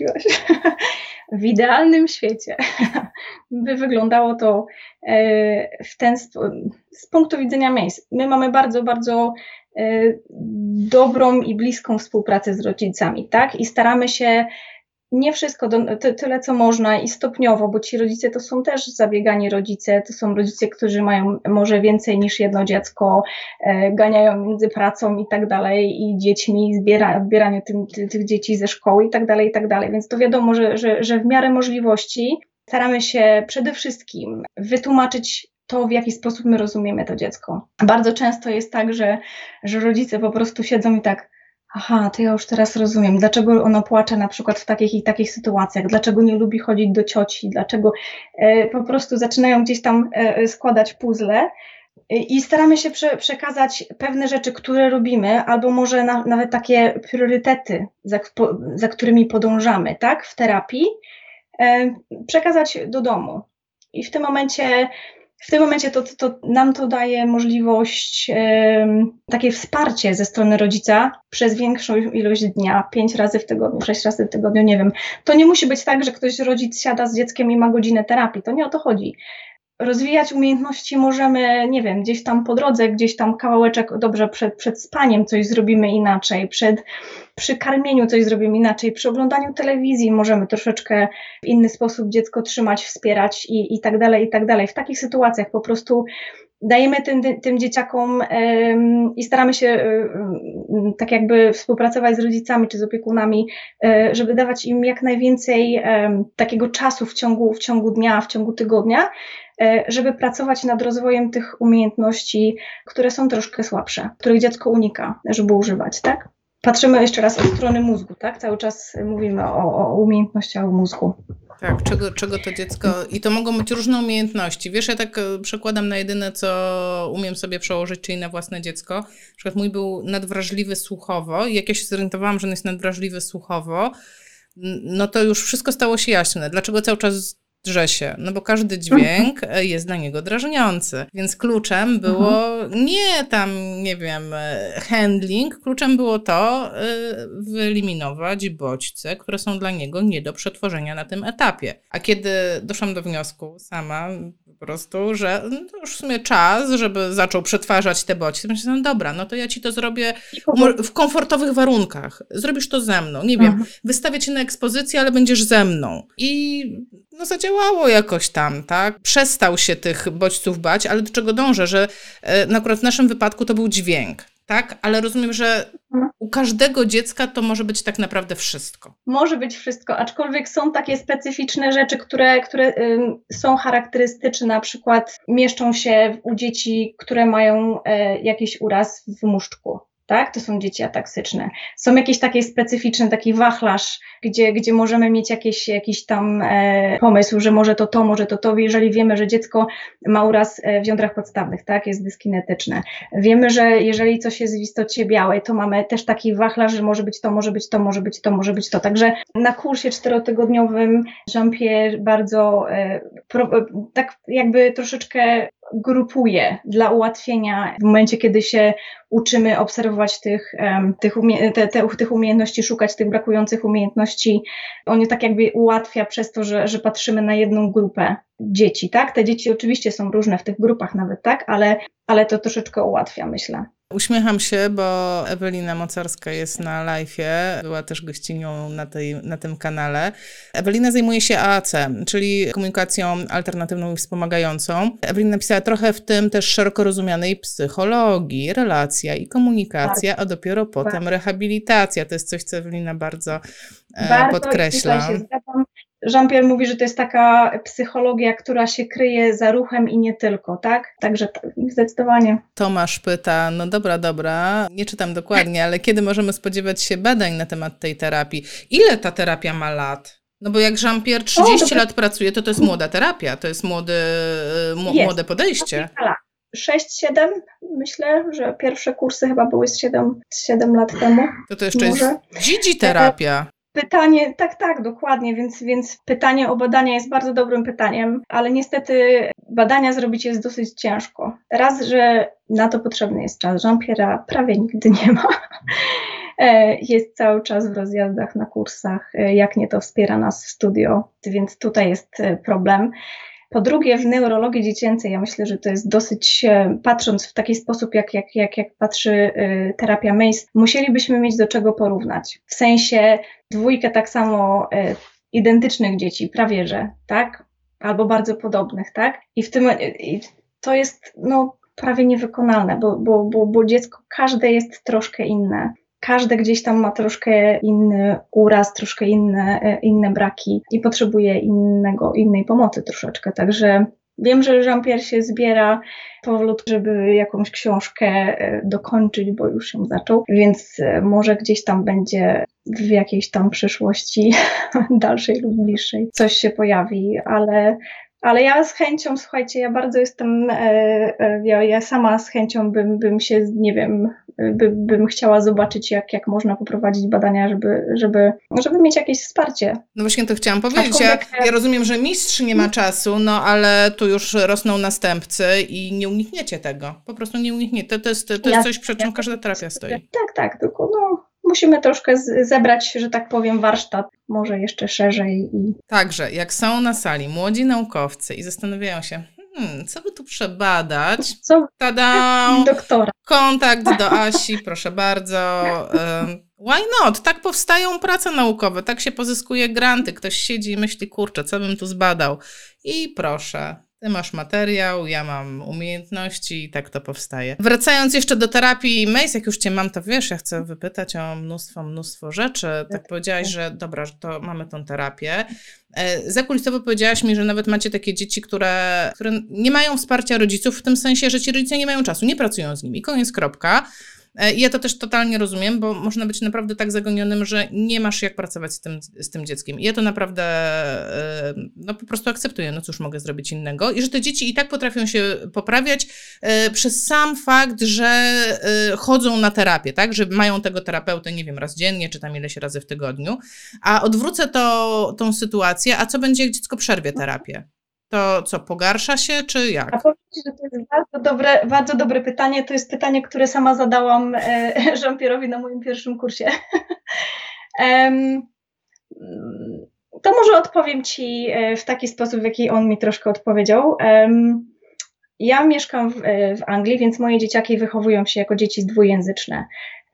W idealnym świecie by wyglądało to z punktu widzenia miejsc. My mamy bardzo, bardzo dobrą i bliską współpracę z rodzicami, tak? I staramy się nie wszystko, tyle co można i stopniowo, bo ci rodzice to są też zabiegani rodzice, to są rodzice, którzy mają może więcej niż jedno dziecko, ganiają między pracą i tak dalej i dziećmi, odbieraniu tych dzieci ze szkoły i tak dalej, więc to wiadomo, że w miarę możliwości staramy się przede wszystkim wytłumaczyć to, w jaki sposób my rozumiemy to dziecko. Bardzo często jest tak, że rodzice po prostu siedzą i tak, aha, to ja już teraz rozumiem, dlaczego ona płacze na przykład w takich i takich sytuacjach, dlaczego nie lubi chodzić do cioci, dlaczego po prostu zaczynają gdzieś tam składać puzzle i staramy się przekazać pewne rzeczy, które robimy, albo może nawet takie priorytety, za którymi podążamy, tak, w terapii, przekazać do domu. I w tym momencie to nam to daje możliwość, takie wsparcie ze strony rodzica przez większą ilość dnia, 5 razy w tygodniu, 6 razy w tygodniu, nie wiem. To nie musi być tak, że rodzic siada z dzieckiem i ma godzinę terapii, to nie o to chodzi. Rozwijać umiejętności możemy, nie wiem, gdzieś tam po drodze, gdzieś tam kawałeczek, dobrze, przed spaniem coś zrobimy inaczej, przy karmieniu coś zrobimy inaczej, przy oglądaniu telewizji możemy troszeczkę w inny sposób dziecko trzymać, wspierać i tak dalej. W takich sytuacjach po prostu dajemy tym dzieciakom i staramy się tak jakby współpracować z rodzicami czy z opiekunami, żeby dawać im jak najwięcej takiego czasu w ciągu dnia, w ciągu tygodnia, żeby pracować nad rozwojem tych umiejętności, które są troszkę słabsze, których dziecko unika, żeby używać, tak? Patrzymy jeszcze raz od strony mózgu, tak? Cały czas mówimy o umiejętnościach mózgu. Tak, czego to dziecko... I to mogą być różne umiejętności. Wiesz, ja tak przekładam na jedyne, co umiem sobie przełożyć, czyli na własne dziecko. Na przykład mój był nadwrażliwy słuchowo i jak ja się zorientowałam, że on jest nadwrażliwy słuchowo, no to już wszystko stało się jasne. Dlaczego cały czas drze się? No bo każdy dźwięk jest dla niego drażniący. Więc kluczem było nie tam, nie wiem, handling, kluczem było to wyeliminować bodźce, które są dla niego nie do przetworzenia na tym etapie. A kiedy doszłam do wniosku sama po prostu, że to już w sumie czas, żeby zaczął przetwarzać te bodźce, myślałam, dobra, no to ja ci to zrobię w komfortowych warunkach. Zrobisz to ze mną. Nie wiem, wystawię cię na ekspozycję, ale będziesz ze mną. I no zadziałało jakoś tam, tak? Przestał się tych bodźców bać, ale do czego dążę, że akurat w naszym wypadku to był dźwięk, tak? Ale rozumiem, że u każdego dziecka to może być tak naprawdę wszystko. Może być wszystko, aczkolwiek są takie specyficzne rzeczy, które są charakterystyczne, na przykład mieszczą się u dzieci, które mają jakiś uraz w muszczku. Tak? To są dzieci ataksyczne. Są jakieś takie specyficzne, taki wachlarz, gdzie możemy mieć jakiś tam pomysł, że może to, jeżeli wiemy, że dziecko ma uraz w jądrach podstawnych, tak? Jest dyskinetyczne. Wiemy, że jeżeli coś jest w istocie białej, to mamy też taki wachlarz, że może być to. Także na kursie 4-tygodniowym Jean-Pierre bardzo tak jakby troszeczkę grupuje dla ułatwienia w momencie, kiedy się uczymy obserwować tych umiejętności, szukać tych brakujących umiejętności. On tak jakby ułatwia przez to, że patrzymy na jedną grupę dzieci, tak? Te dzieci oczywiście są różne w tych grupach nawet, tak? Ale to troszeczkę ułatwia, myślę. Uśmiecham się, bo Ewelina Mocarska jest na live'ie, była też gościnią na tym kanale. Ewelina zajmuje się AAC, czyli komunikacją alternatywną i wspomagającą. Ewelina napisała trochę w tym też szeroko rozumianej psychologii, relacja i komunikacja, a dopiero potem rehabilitacja. To jest coś, co Ewelina bardzo podkreśla. Tutaj się zgadzam. Jean-Pierre mówi, że to jest taka psychologia, która się kryje za ruchem i nie tylko, tak? Także zdecydowanie. Tomasz pyta, no dobra, nie czytam dokładnie, ale kiedy możemy spodziewać się badań na temat tej terapii? Ile ta terapia ma lat? No bo jak Jean-Pierre 30 lat pracuje, to jest młoda terapia, to jest młode podejście. 6-7, myślę, że pierwsze kursy chyba były z 7 lat temu. To jeszcze może. Jest dzidzi terapia. Pytanie, tak, dokładnie, więc pytanie o badania jest bardzo dobrym pytaniem, ale niestety badania zrobić jest dosyć ciężko. Raz, że na to potrzebny jest czas. Jean-Pierre'a prawie nigdy nie ma. Jest cały czas w rozjazdach na kursach, jak nie to wspiera nas w studio, więc tutaj jest problem. Po drugie, w neurologii dziecięcej ja myślę, że to jest dosyć, patrząc w taki sposób, jak patrzy terapia Mace, musielibyśmy mieć do czego porównać. W sensie 2 tak samo identycznych dzieci, prawie że, tak? Albo bardzo podobnych, tak? I to jest prawie niewykonalne, bo dziecko każde jest troszkę inne. Każde gdzieś tam ma troszkę inny uraz, troszkę inne braki i potrzebuje innej pomocy troszeczkę. Także wiem, że Jean-Pierre się zbiera powolutku, żeby jakąś książkę dokończyć, bo już ją zaczął, więc może gdzieś tam będzie w jakiejś tam przyszłości dalszej lub bliższej coś się pojawi, ale ja z chęcią, słuchajcie, ja bardzo jestem, ja sama z chęcią bym się, nie wiem, bym chciała zobaczyć, jak można poprowadzić badania, żeby mieć jakieś wsparcie. No właśnie to chciałam powiedzieć. Ja rozumiem, że mistrz nie ma czasu, ale tu już rosną następcy i nie unikniecie tego. Po prostu nie unikniecie. To jest coś, przed czym każda terapia stoi. Tak, tylko musimy troszkę zebrać, że tak powiem, warsztat, może jeszcze szerzej. Także, jak są na sali młodzi naukowcy i zastanawiają się, co by tu przebadać? Tada! Doktora. Kontakt do Asi, proszę bardzo. Why not? Tak powstają prace naukowe, tak się pozyskuje granty. Ktoś siedzi i myśli, kurczę, co bym tu zbadał? I proszę. Ty masz materiał, ja mam umiejętności i tak to powstaje. Wracając jeszcze do terapii Mace, jak już cię mam, to wiesz, ja chcę wypytać o mnóstwo rzeczy. Tak powiedziałaś, że dobra, że to mamy tą terapię. Zakulisowo powiedziałaś mi, że nawet macie takie dzieci, które nie mają wsparcia rodziców, w tym sensie, że ci rodzice nie mają czasu, nie pracują z nimi. Koniec, kropka. I ja to też totalnie rozumiem, bo można być naprawdę tak zagonionym, że nie masz jak pracować z tym dzieckiem. I ja to naprawdę po prostu akceptuję, cóż mogę zrobić innego. I że te dzieci i tak potrafią się poprawiać przez sam fakt, że chodzą na terapię, tak? Że mają tego terapeutę, nie wiem, raz dziennie, czy tam ileś razy w tygodniu. A odwrócę tą sytuację, a co będzie, jak dziecko przerwie terapię? To co, pogarsza się, czy jak? A powiedzieć, że to jest bardzo dobre pytanie. To jest pytanie, które sama zadałam Jean-Pierre'owi na moim pierwszym kursie. To może odpowiem Ci w taki sposób, w jaki on mi troszkę odpowiedział. Ja mieszkam w Anglii, więc moje dzieciaki wychowują się jako dzieci dwujęzyczne.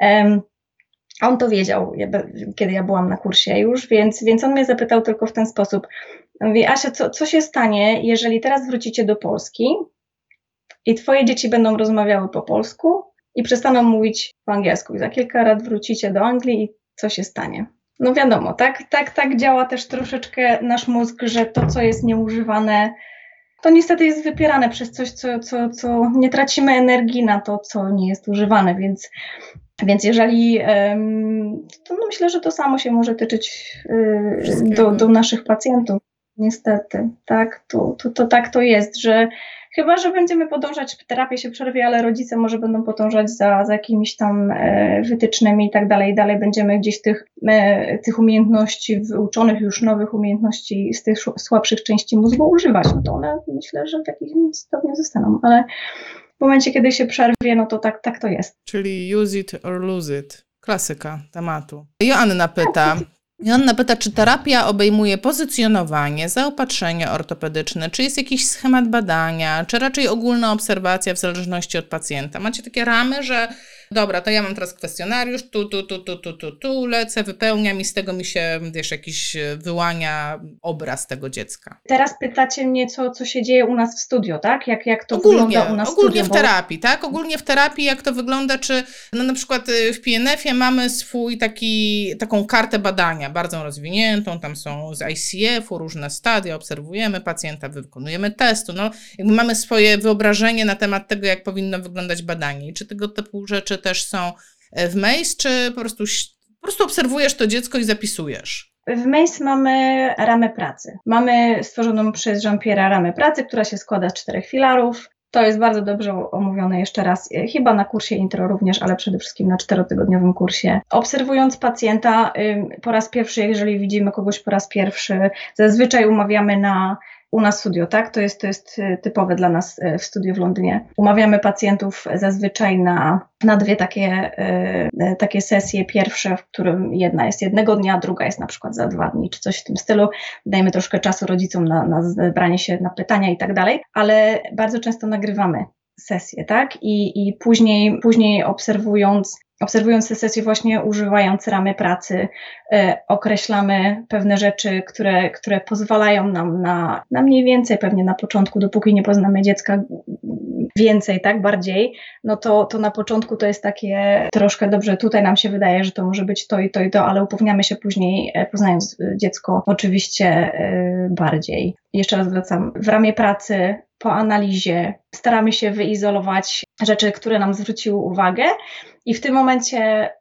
On to wiedział, kiedy ja byłam na kursie już, więc on mnie zapytał tylko w ten sposób. Mówi, Asia, co się stanie, jeżeli teraz wrócicie do Polski i twoje dzieci będą rozmawiały po polsku i przestaną mówić po angielsku. I za kilka lat wrócicie do Anglii i co się stanie? No wiadomo, tak działa też troszeczkę nasz mózg, że to, co jest nieużywane, to niestety jest wypierane przez coś, co nie tracimy energii na to, co nie jest używane, więc jeżeli, to myślę, że to samo się może tyczyć do naszych pacjentów. Niestety, tak, to tak to jest, że chyba, że będziemy podążać, terapia się przerwie, ale rodzice może będą podążać za jakimiś tam wytycznymi i tak dalej, będziemy gdzieś tych umiejętności wyuczonych już nowych umiejętności z tych słabszych części mózgu używać, to one myślę, że w jakimś stopniu zostaną, ale w momencie, kiedy się przerwie, to tak to jest. Czyli use it or lose it. Klasyka tematu. Joanna pyta, czy terapia obejmuje pozycjonowanie, zaopatrzenie ortopedyczne, czy jest jakiś schemat badania, czy raczej ogólna obserwacja w zależności od pacjenta. Macie takie ramy, że dobra, to ja mam teraz kwestionariusz, tu lecę, wypełniam i z tego mi się, jakiś wyłania obraz tego dziecka. Teraz pytacie mnie, co się dzieje u nas w studio, tak? Jak to wygląda u nas w studio? Ogólnie w terapii, tak? Ogólnie w terapii, jak to wygląda, czy na przykład w PNF-ie mamy taką kartę badania, bardzo rozwiniętą, tam są z ICF-u różne stadia, obserwujemy pacjenta, wykonujemy testy, jakby mamy swoje wyobrażenie na temat tego, jak powinno wyglądać badanie. I czy tego typu rzeczy też są w Mace, czy po prostu obserwujesz to dziecko i zapisujesz? W MACE mamy ramę pracy. Mamy stworzoną przez Jean-Pierre'a ramę pracy, która się składa z 4 filarów. To jest bardzo dobrze omówione jeszcze raz, chyba na kursie intro również, ale przede wszystkim na 4-tygodniowym kursie. Obserwując pacjenta po raz pierwszy, jeżeli widzimy kogoś po raz pierwszy, zazwyczaj umawiamy u nas studio, tak? To jest typowe dla nas w studiu w Londynie. Umawiamy pacjentów zazwyczaj na 2 takie sesje. Pierwsze, w którym jedna jest jednego dnia, druga jest na przykład za 2 dni, czy coś w tym stylu. Dajemy troszkę czasu rodzicom na zebranie się, na pytania i tak dalej, ale bardzo często nagrywamy sesję, tak? I później obserwując te sesje właśnie używając ramy pracy, określamy pewne rzeczy, które pozwalają nam na mniej więcej, pewnie na początku, dopóki nie poznamy dziecka więcej, tak, bardziej, no to na początku to jest takie troszkę dobrze, tutaj nam się wydaje, że to może być to i to i to, ale upewniamy się później, poznając dziecko oczywiście bardziej. Jeszcze raz wracam, w ramie pracy, po analizie staramy się wyizolować rzeczy, które nam zwróciły uwagę i w tym momencie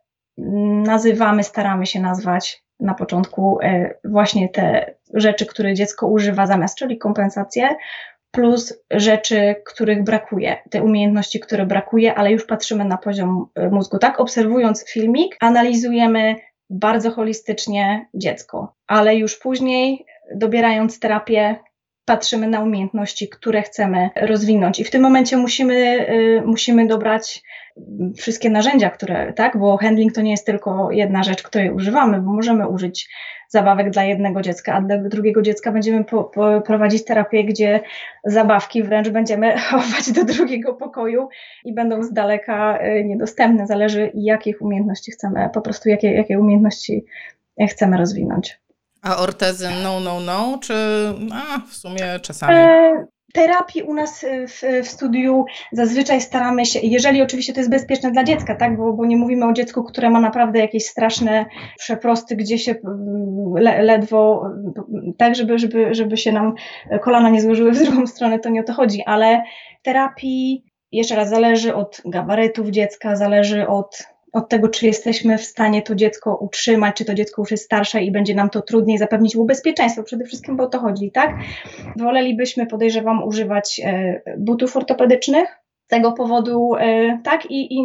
staramy się nazwać na początku właśnie te rzeczy, które dziecko używa zamiast, czyli kompensacje, plus rzeczy, których brakuje, te umiejętności, które brakuje, ale już patrzymy na poziom mózgu, tak? Obserwując filmik, analizujemy bardzo holistycznie dziecko, ale już później, dobierając terapię, patrzymy na umiejętności, które chcemy rozwinąć i w tym momencie musimy dobrać wszystkie narzędzia, tak, bo handling to nie jest tylko jedna rzecz, której używamy, bo możemy użyć zabawek dla jednego dziecka, a dla drugiego dziecka będziemy prowadzić terapię, gdzie zabawki wręcz będziemy chować do drugiego pokoju i będą z daleka niedostępne, zależy jakich umiejętności chcemy, po prostu jakie umiejętności chcemy rozwinąć. A ortezy no, czy w sumie czasami? Terapii u nas w studiu zazwyczaj staramy się, jeżeli oczywiście to jest bezpieczne dla dziecka, tak, bo nie mówimy o dziecku, które ma naprawdę jakieś straszne przeprosty, gdzie się ledwo, tak, żeby się nam kolana nie złożyły w drugą stronę, to nie o to chodzi, ale terapii jeszcze raz zależy od gabarytów dziecka, zależy od tego, czy jesteśmy w stanie to dziecko utrzymać, czy to dziecko już jest starsze i będzie nam to trudniej zapewnić mu bezpieczeństwo, przede wszystkim, bo o to chodzi, tak? Wolelibyśmy, podejrzewam, używać butów ortopedycznych z tego powodu, tak?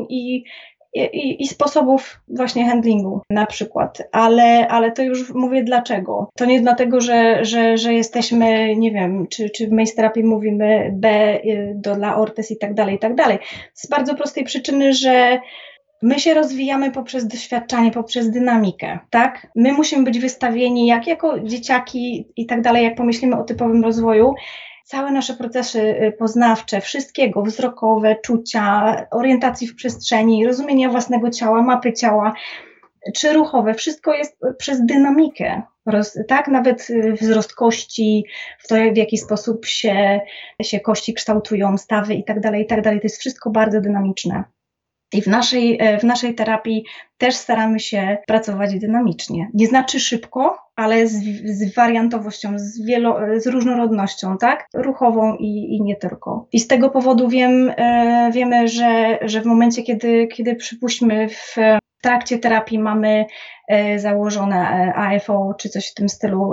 I sposobów właśnie handlingu na przykład, ale to już mówię dlaczego. To nie dlatego, że jesteśmy, nie wiem, czy w MACE terapii mówimy B dla ortez i tak dalej, z bardzo prostej przyczyny, że my się rozwijamy poprzez doświadczanie, poprzez dynamikę, tak? My musimy być wystawieni, jako dzieciaki i tak dalej, jak pomyślimy o typowym rozwoju, całe nasze procesy poznawcze, wszystkiego, wzrokowe, czucia, orientacji w przestrzeni, rozumienia własnego ciała, mapy ciała, czy ruchowe, wszystko jest przez dynamikę, tak? Nawet wzrost kości, w to w jaki sposób się kości kształtują, stawy i tak dalej, to jest wszystko bardzo dynamiczne. I w naszej terapii też staramy się pracować dynamicznie. Nie znaczy szybko, ale z wariantowością, z różnorodnością, tak? Ruchową i nie tylko. I z tego powodu wiemy, że w momencie, kiedy przypuśćmy w trakcie terapii mamy założone AFO czy coś w tym stylu,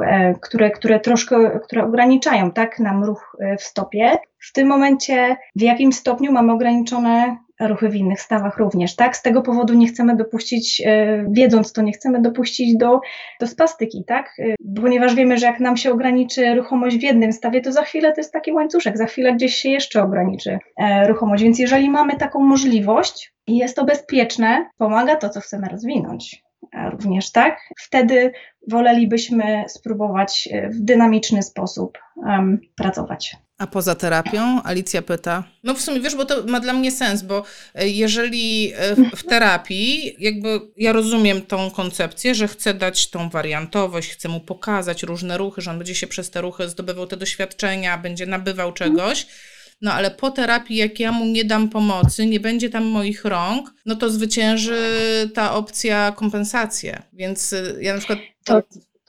które ograniczają, tak, nam ruch w stopie. W tym momencie w jakim stopniu mamy ograniczone ruchy w innych stawach również, tak? Z tego powodu nie chcemy dopuścić, wiedząc to, nie chcemy dopuścić do spastyki, tak? Ponieważ wiemy, że jak nam się ograniczy ruchomość w jednym stawie, to za chwilę to jest taki łańcuszek, za chwilę gdzieś się jeszcze ograniczy ruchomość, więc jeżeli mamy taką możliwość i jest to bezpieczne, pomaga to, co chcemy rozwinąć. Również tak, wtedy wolelibyśmy spróbować w dynamiczny sposób pracować. A poza terapią? Alicja pyta. No w sumie wiesz, bo to ma dla mnie sens, bo jeżeli w terapii jakby ja rozumiem tą koncepcję, że chcę dać tą wariantowość, chcę mu pokazać różne ruchy, że on będzie się przez te ruchy zdobywał te doświadczenia, będzie nabywał czegoś, no ale po terapii, jak ja mu nie dam pomocy, nie będzie tam moich rąk, no to zwycięży ta opcja kompensacje. Więc ja na przykład...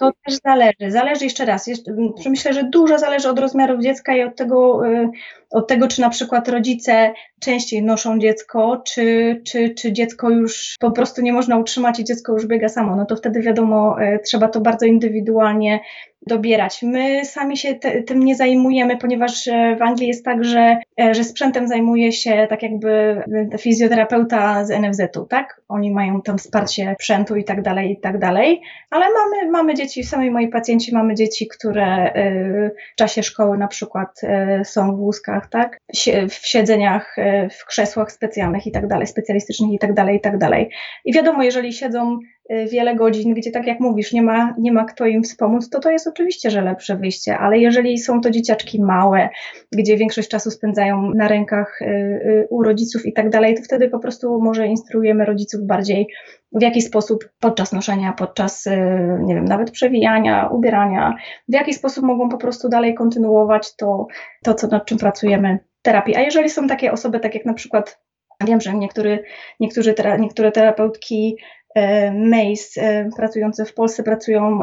To też zależy jeszcze raz. Myślę, że dużo zależy od rozmiarów dziecka i od tego, czy na przykład rodzice częściej noszą dziecko, czy dziecko już po prostu nie można utrzymać i dziecko już biega samo. No to wtedy wiadomo, trzeba to bardzo indywidualnie dobierać. My sami się tym nie zajmujemy, ponieważ w Anglii jest tak, że sprzętem zajmuje się tak jakby fizjoterapeuta z NFZ-u, tak? Oni mają tam wsparcie sprzętu i tak dalej, ale mamy dzieci, sami moi pacjenci mamy dzieci, które w czasie szkoły na przykład są w wózkach, tak? W siedzeniach, w krzesłach specjalnych i tak dalej, specjalistycznych i tak dalej. I wiadomo, jeżeli siedzą wiele godzin, gdzie tak jak mówisz, nie ma kto im wspomóc, to jest oczywiście, że lepsze wyjście, ale jeżeli są to dzieciaczki małe, gdzie większość czasu spędzają na rękach u rodziców i tak dalej, to wtedy po prostu może instruujemy rodziców bardziej, w jaki sposób podczas noszenia, podczas, nie wiem, nawet przewijania, ubierania, w jaki sposób mogą po prostu dalej kontynuować to nad czym pracujemy, terapii. A jeżeli są takie osoby, tak jak na przykład, wiem, że niektóre terapeutki MACE pracujące w Polsce pracują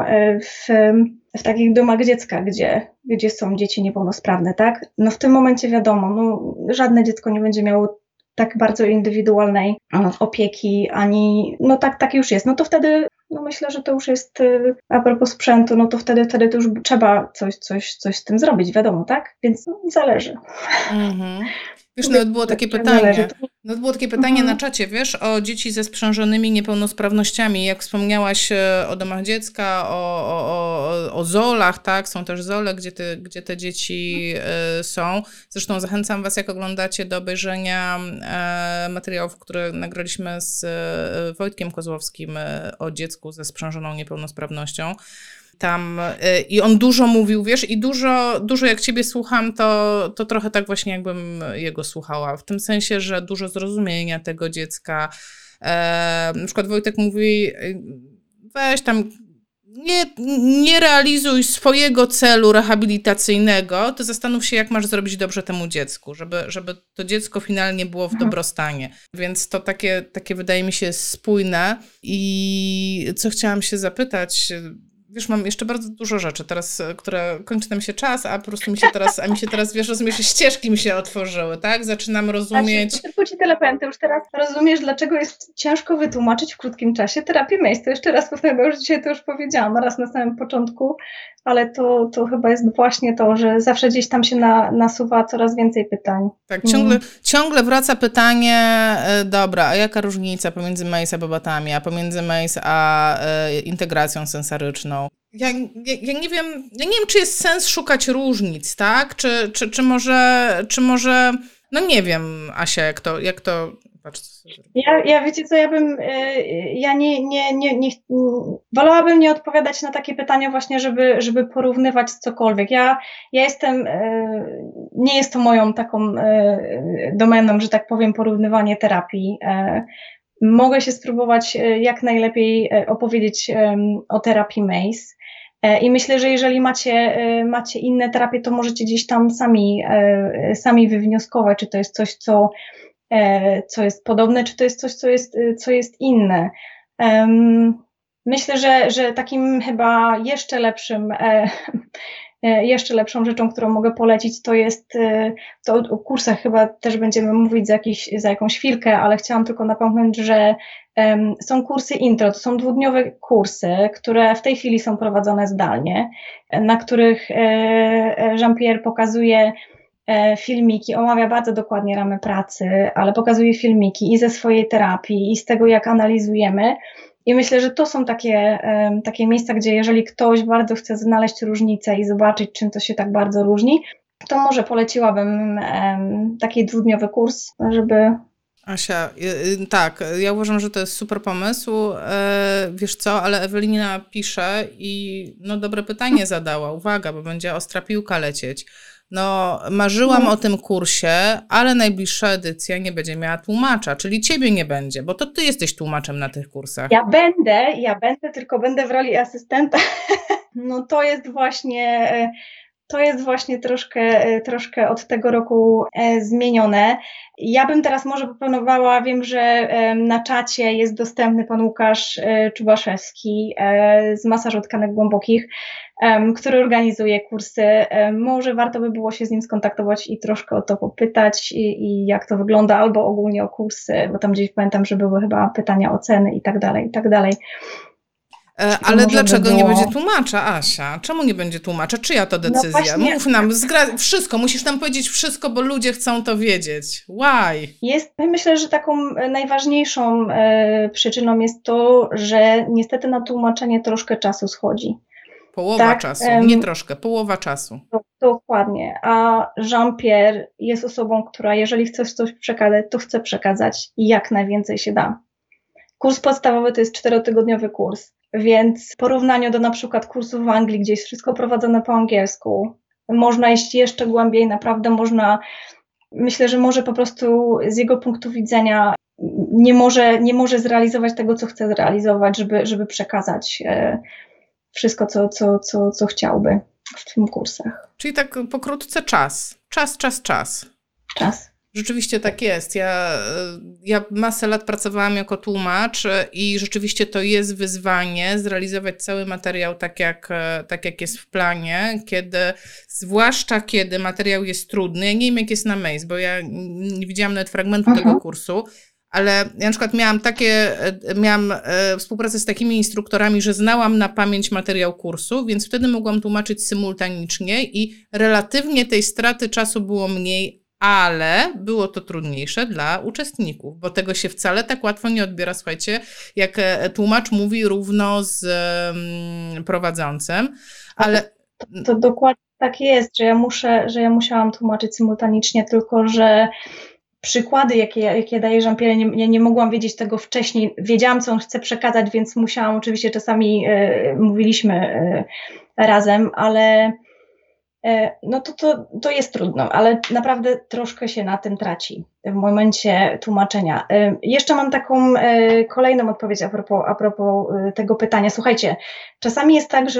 w takich domach dziecka, gdzie są dzieci niepełnosprawne, tak? No w tym momencie wiadomo, no żadne dziecko nie będzie miało tak bardzo indywidualnej opieki, ani, no tak już jest. No to wtedy, no myślę, że to już jest, a propos sprzętu, no to wtedy to już trzeba coś z tym zrobić, wiadomo, tak? Więc zależy. Mhm. Wiesz, nawet było takie pytanie na czacie, wiesz, o dzieci ze sprzężonymi niepełnosprawnościami. Jak wspomniałaś o domach dziecka, o zolach, tak? Są też zole, gdzie te dzieci są. Zresztą zachęcam Was, jak oglądacie, do obejrzenia materiałów, które nagraliśmy z Wojtkiem Kozłowskim o dziecku ze sprzężoną niepełnosprawnością. Tam i on dużo mówił, wiesz, i dużo jak ciebie słucham, to trochę tak właśnie jakbym jego słuchała, w tym sensie, że dużo zrozumienia tego dziecka. Na przykład Wojtek mówi, weź tam, nie realizuj swojego celu rehabilitacyjnego, to zastanów się, jak masz zrobić dobrze temu dziecku, żeby to dziecko finalnie było w dobrostanie. Więc to takie wydaje mi się spójne. I co chciałam się zapytać, wiesz, mam jeszcze bardzo dużo rzeczy teraz, które kończy nam się czas, a po prostu mi się teraz, wiesz, rozumiesz, ścieżki mi się otworzyły, tak? Zaczynam rozumieć. Tylko ci tyle powiem, ty już teraz rozumiesz, dlaczego jest ciężko wytłumaczyć w krótkim czasie terapię MACE. To jeszcze raz powiem, bo już dzisiaj to już powiedziałam raz na samym początku, ale to chyba jest właśnie to, że zawsze gdzieś tam się nasuwa coraz więcej pytań. Tak, ciągle wraca pytanie, dobra, a jaka różnica pomiędzy MACE a bobatami, a pomiędzy MACE a integracją sensoryczną? Ja nie wiem, czy jest sens szukać różnic, tak? Czy może, no nie wiem, Asia, jak to patrz, co sobie zrobię. Ja wiecie co, ja wolałabym nie odpowiadać na takie pytania właśnie, żeby porównywać cokolwiek. Ja jestem, nie jest to moją taką domeną, że tak powiem, porównywanie terapii. Mogę się spróbować jak najlepiej opowiedzieć o terapii MACE. I myślę, że jeżeli macie inne terapie, to możecie gdzieś tam sami wywnioskować, czy to jest coś, co jest podobne, czy to jest coś, co jest inne. Myślę, że takim chyba jeszcze lepszą rzeczą, którą mogę polecić, to o kursach chyba też będziemy mówić za jakąś chwilkę, ale chciałam tylko napomknąć, że są kursy intro, to są 2-dniowe kursy, które w tej chwili są prowadzone zdalnie, na których Jean-Pierre pokazuje filmiki, omawia bardzo dokładnie ramy pracy, ale pokazuje filmiki i ze swojej terapii, i z tego, jak analizujemy. I myślę, że to są takie miejsca, gdzie jeżeli ktoś bardzo chce znaleźć różnicę i zobaczyć, czym to się tak bardzo różni, to może poleciłabym taki 2-dniowy kurs, żeby... Asia, tak, ja uważam, że to jest super pomysł. Wiesz co, ale Ewelina pisze i no dobre pytanie zadała, uwaga, bo będzie ostra piłka lecieć. No, marzyłam o tym kursie, ale najbliższa edycja nie będzie miała tłumacza, czyli ciebie nie będzie, bo to ty jesteś tłumaczem na tych kursach. Ja będę, tylko będę w roli asystenta. No to jest właśnie to jest właśnie troszkę od tego roku zmienione. Ja bym teraz może proponowała, wiem, że na czacie jest dostępny pan Łukasz Czubaszewski z masażu tkanek głębokich, który organizuje kursy. Może warto by było się z nim skontaktować i troszkę o to popytać i jak to wygląda, albo ogólnie o kursy, bo tam gdzieś pamiętam, że były chyba pytania o ceny i tak dalej, i tak dalej. Ale dlaczego nie będzie tłumacza, Asia? Czemu nie będzie tłumacza? Czyja to decyzja? No mów nam, wszystko, musisz nam powiedzieć wszystko, bo ludzie chcą to wiedzieć. Why? Myślę, że taką najważniejszą przyczyną jest to, że niestety na tłumaczenie troszkę czasu schodzi. Połowa czasu, nie troszkę, połowa czasu. Dokładnie, a Jean-Pierre jest osobą, która jeżeli chce coś przekazać, to chce przekazać i jak najwięcej się da. Kurs podstawowy to jest 4-tygodniowy kurs, więc w porównaniu do na przykład kursów w Anglii, gdzie jest wszystko prowadzone po angielsku, można iść jeszcze głębiej, naprawdę można, myślę, że może po prostu z jego punktu widzenia nie może zrealizować tego, co chce zrealizować, żeby przekazać wszystko, co chciałby w tym kursach. Czyli tak pokrótce czas. Czas. Rzeczywiście tak jest. Ja masę lat pracowałam jako tłumacz i rzeczywiście to jest wyzwanie zrealizować cały materiał tak jak jest w planie, zwłaszcza kiedy materiał jest trudny. Ja nie wiem, jak jest na Mace, bo ja nie widziałam nawet fragmentu tego kursu, ale ja na przykład miałam współpracę z takimi instruktorami, że znałam na pamięć materiał kursu, więc wtedy mogłam tłumaczyć symultanicznie i relatywnie tej straty czasu było mniej, ale było to trudniejsze dla uczestników, bo tego się wcale tak łatwo nie odbiera, słuchajcie, jak tłumacz mówi równo z prowadzącym, ale... To dokładnie tak jest, że ja musiałam tłumaczyć symultanicznie, tylko że przykłady, jakie daje Jean-Pierre, nie mogłam wiedzieć tego wcześniej. Wiedziałam, co on chce przekazać, więc musiałam, oczywiście czasami mówiliśmy razem, ale no to jest trudno, ale naprawdę troszkę się na tym traci w momencie tłumaczenia. Jeszcze mam taką kolejną odpowiedź a propos tego pytania. Słuchajcie, czasami jest tak,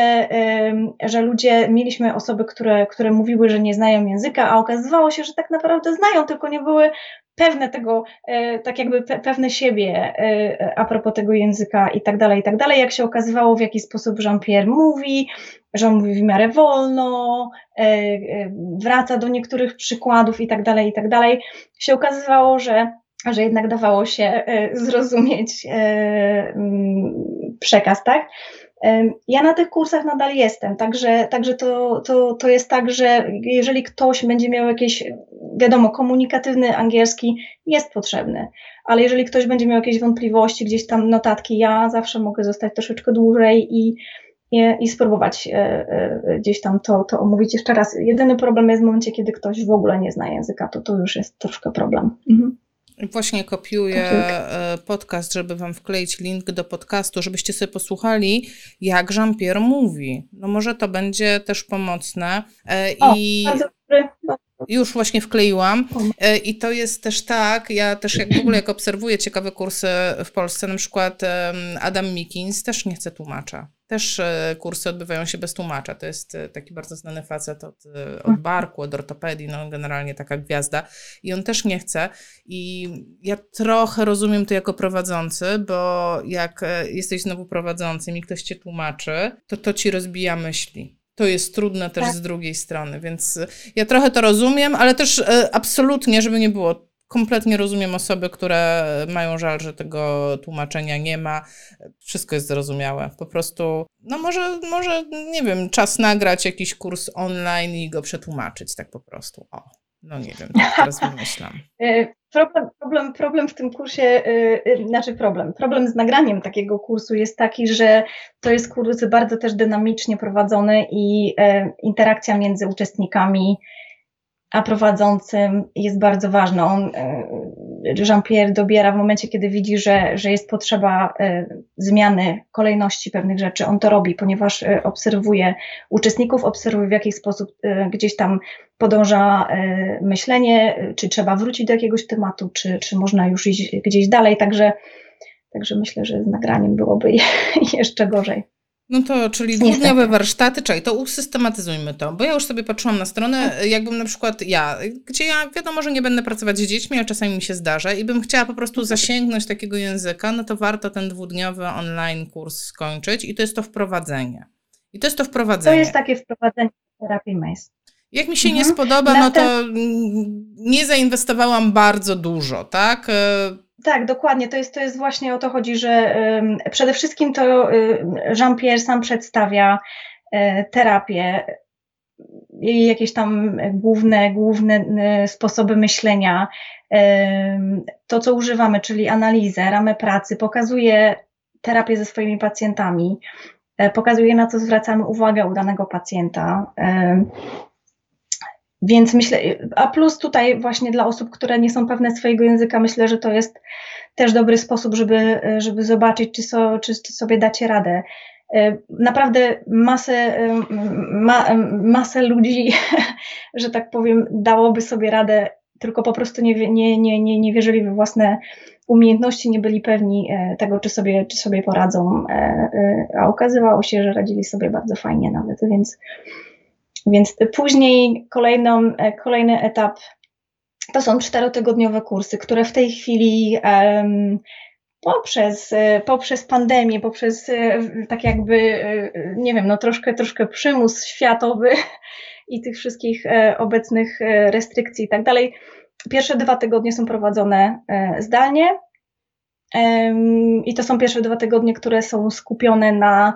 że ludzie, mieliśmy osoby, które mówiły, że nie znają języka, a okazywało się, że tak naprawdę znają, tylko nie były pewne tego, tak jakby pewne siebie a propos tego języka i tak dalej, jak się okazywało, w jaki sposób Jean-Pierre mówi, że on mówi w miarę wolno, wraca do niektórych przykładów i tak dalej, się okazywało, że jednak dawało się zrozumieć przekaz, tak? Ja na tych kursach nadal jestem, także to jest tak, że jeżeli ktoś będzie miał jakieś, wiadomo, komunikatywny angielski jest potrzebny, ale jeżeli ktoś będzie miał jakieś wątpliwości, gdzieś tam notatki, ja zawsze mogę zostać troszeczkę dłużej i spróbować gdzieś tam to omówić jeszcze raz. Jedyny problem jest w momencie, kiedy ktoś w ogóle nie zna języka, to już jest troszkę problem. Właśnie kopiuję podcast, żeby wam wkleić link do podcastu, żebyście sobie posłuchali, jak Jean-Pierre mówi. No może to będzie też pomocne. Bardzo dobry. Już właśnie wkleiłam i to jest też tak, ja też w ogóle jak obserwuję ciekawe kursy w Polsce, na przykład Adam Mikins też nie chce tłumacza. Też kursy odbywają się bez tłumacza. To jest taki bardzo znany facet od barku, od ortopedii, no generalnie taka gwiazda. I on też nie chce. I ja trochę rozumiem to jako prowadzący, bo jak jesteś znowu prowadzącym i ktoś cię tłumaczy, to ci rozbija myśli. To jest trudne też z drugiej strony, więc ja trochę to rozumiem, ale też absolutnie, żeby nie było, kompletnie rozumiem osoby, które mają żal, że tego tłumaczenia nie ma. Wszystko jest zrozumiałe. Po prostu, no może nie wiem, czas nagrać jakiś kurs online i go przetłumaczyć tak po prostu. No nie wiem, teraz wymyślam. Problem w tym kursie, problem z nagraniem takiego kursu jest taki, że to jest kurs bardzo też dynamicznie prowadzony i interakcja między uczestnikami a prowadzącym jest bardzo ważna. Jean-Pierre dobiera w momencie, kiedy widzi, że jest potrzeba zmiany kolejności pewnych rzeczy. On to robi, ponieważ obserwuje uczestników, obserwuje w jaki sposób gdzieś tam podąża myślenie, czy trzeba wrócić do jakiegoś tematu, czy można już iść gdzieś dalej. Także myślę, że z nagraniem byłoby jeszcze gorzej. No to, czyli dwudniowe warsztaty, czekaj, to usystematyzujmy to, bo ja już sobie patrzyłam na stronę, jakbym na przykład gdzie ja wiadomo, że nie będę pracować z dziećmi, a czasami mi się zdarza i bym chciała po prostu zasięgnąć takiego języka, no to warto ten dwudniowy online kurs skończyć i to jest to wprowadzenie. To jest takie wprowadzenie do terapii MACE. Jak mi się nie spodoba, no to nie zainwestowałam bardzo dużo, tak? Tak, dokładnie. To jest właśnie o to chodzi, że przede wszystkim to Jean-Pierre sam przedstawia terapię i jakieś tam główne sposoby myślenia. To, co używamy, czyli analizę, ramę pracy, pokazuje terapię ze swoimi pacjentami, pokazuje, na co zwracamy uwagę u danego pacjenta. Więc myślę, a plus tutaj właśnie dla osób, które nie są pewne swojego języka, myślę, że to jest też dobry sposób, żeby zobaczyć, czy sobie dacie radę. Naprawdę masę ludzi, że tak powiem, dałoby sobie radę, tylko po prostu nie wierzyli we własne umiejętności, nie byli pewni tego, czy sobie poradzą, a okazywało się, że radzili sobie bardzo fajnie nawet, więc później kolejny etap to są 4-tygodniowe kursy, które w tej chwili poprzez pandemię, poprzez tak jakby, nie wiem, no troszkę przymus światowy i tych wszystkich obecnych restrykcji i tak dalej. Pierwsze 2 tygodnie są prowadzone zdalnie i to są pierwsze 2 tygodnie, które są skupione na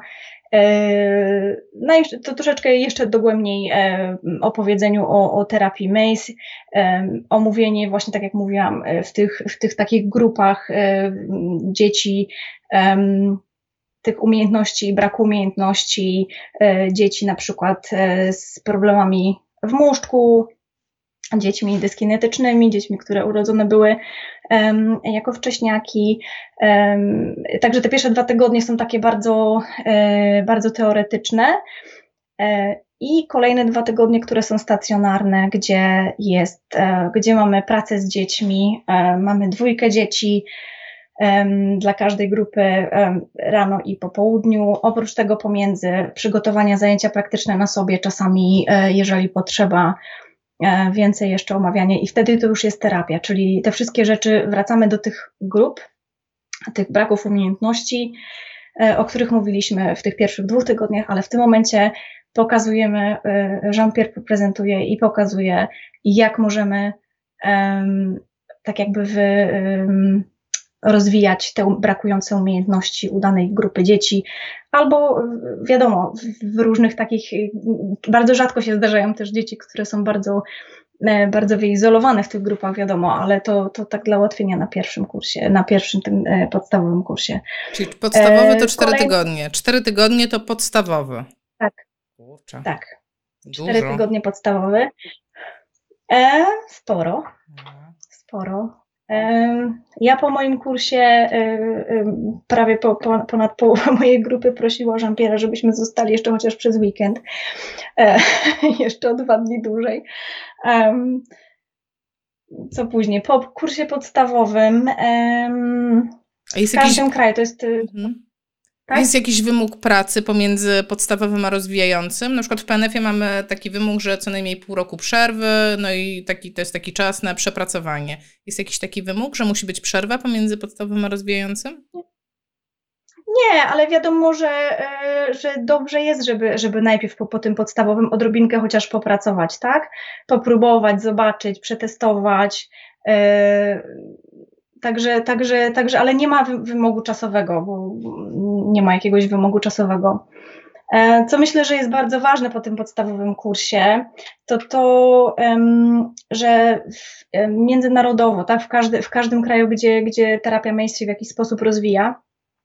to troszeczkę jeszcze dogłębniej opowiedzeniu o terapii MACE, omówienie właśnie, tak jak mówiłam, w tych takich grupach dzieci, tych umiejętności, braku umiejętności, dzieci na przykład z problemami w móżdżku, dziećmi dyskinetycznymi, dziećmi, które urodzone były jako wcześniaki. Także te pierwsze 2 tygodnie są takie bardzo, bardzo teoretyczne i kolejne 2 tygodnie, które są stacjonarne, gdzie mamy pracę z dziećmi, mamy 2 dzieci dla każdej grupy rano i po południu. Oprócz tego pomiędzy przygotowania zajęcia praktyczne na sobie, czasami jeżeli potrzeba, więcej jeszcze omawiania i wtedy to już jest terapia, czyli te wszystkie rzeczy, wracamy do tych grup, tych braków umiejętności, o których mówiliśmy w tych pierwszych 2 tygodniach, ale w tym momencie pokazujemy, Jean-Pierre prezentuje i pokazuje, jak możemy tak jakby rozwijać te brakujące umiejętności u danej grupy dzieci, albo wiadomo, w różnych takich, bardzo rzadko się zdarzają też dzieci, które są bardzo, bardzo wyizolowane w tych grupach, wiadomo, ale to tak dla ułatwienia na pierwszym kursie, na pierwszym tym podstawowym kursie. Czyli podstawowy to 4 tygodnie. 4 tygodnie to podstawowy. Tak. Kurczę. Tak. Dużo. 4 tygodnie podstawowy. Sporo. Ja po moim kursie prawie ponad połowa mojej grupy prosiła Jean-Pierre'a, żebyśmy zostali jeszcze chociaż przez weekend, jeszcze o 2 dni dłużej. Co później? Po kursie podstawowym w każdym kraju to jest... Tak? Jest jakiś wymóg pracy pomiędzy podstawowym a rozwijającym? Na przykład w PNF-ie mamy taki wymóg, że co najmniej pół roku przerwy, no i to jest taki czas na przepracowanie. Jest jakiś taki wymóg, że musi być przerwa pomiędzy podstawowym a rozwijającym? Nie, ale wiadomo, że dobrze jest, żeby najpierw po tym podstawowym odrobinkę chociaż popracować, tak? Popróbować, zobaczyć, przetestować. Także, ale nie ma wymogu czasowego, bo nie ma jakiegoś wymogu czasowego. Co myślę, że jest bardzo ważne po tym podstawowym kursie, to że międzynarodowo, tak, w każdym kraju, gdzie terapia MACE się w jakiś sposób rozwija,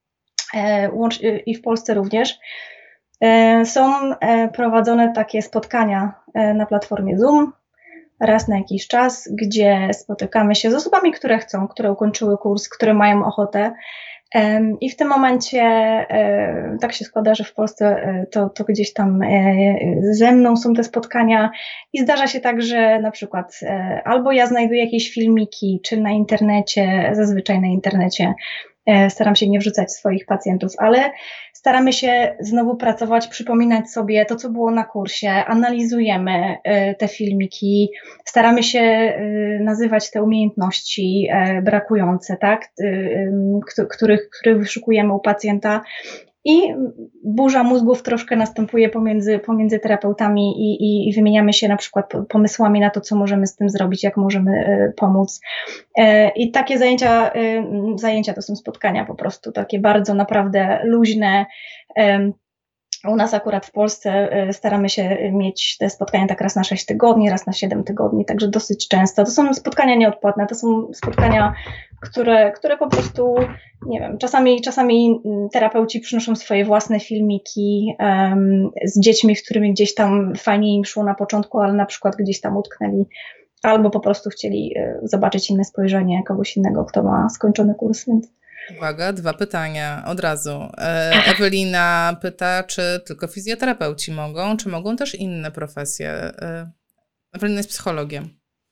i w Polsce również, są prowadzone takie spotkania na platformie Zoom, raz na jakiś czas, gdzie spotykamy się z osobami, które chcą, które ukończyły kurs, które mają ochotę. I w tym momencie tak się składa, że w Polsce to gdzieś tam ze mną są te spotkania i zdarza się tak, że na przykład albo ja znajduję jakieś filmiki, czy na internecie, zazwyczaj na internecie, Staram się nie wrzucać swoich pacjentów, ale staramy się znowu pracować, przypominać sobie to, co było na kursie, analizujemy te filmiki, staramy się nazywać te umiejętności brakujące, tak, których wyszukujemy u pacjenta. I burza mózgów troszkę następuje pomiędzy terapeutami i wymieniamy się na przykład pomysłami na to, co możemy z tym zrobić, jak możemy pomóc. I takie zajęcia to są spotkania po prostu takie bardzo naprawdę luźne. U nas akurat w Polsce staramy się mieć te spotkania tak raz na 6 tygodni, raz na 7 tygodni, także dosyć często. To są spotkania nieodpłatne, to są spotkania, które po prostu, nie wiem, czasami terapeuci przynoszą swoje własne filmiki z dziećmi, z którymi gdzieś tam fajnie im szło na początku, ale na przykład gdzieś tam utknęli, albo po prostu chcieli zobaczyć inne spojrzenie kogoś innego, kto ma skończony kurs, więc... Uwaga, 2 pytania od razu. Ewelina pyta, czy tylko fizjoterapeuci mogą, czy mogą też inne profesje? Ewelina jest psychologiem.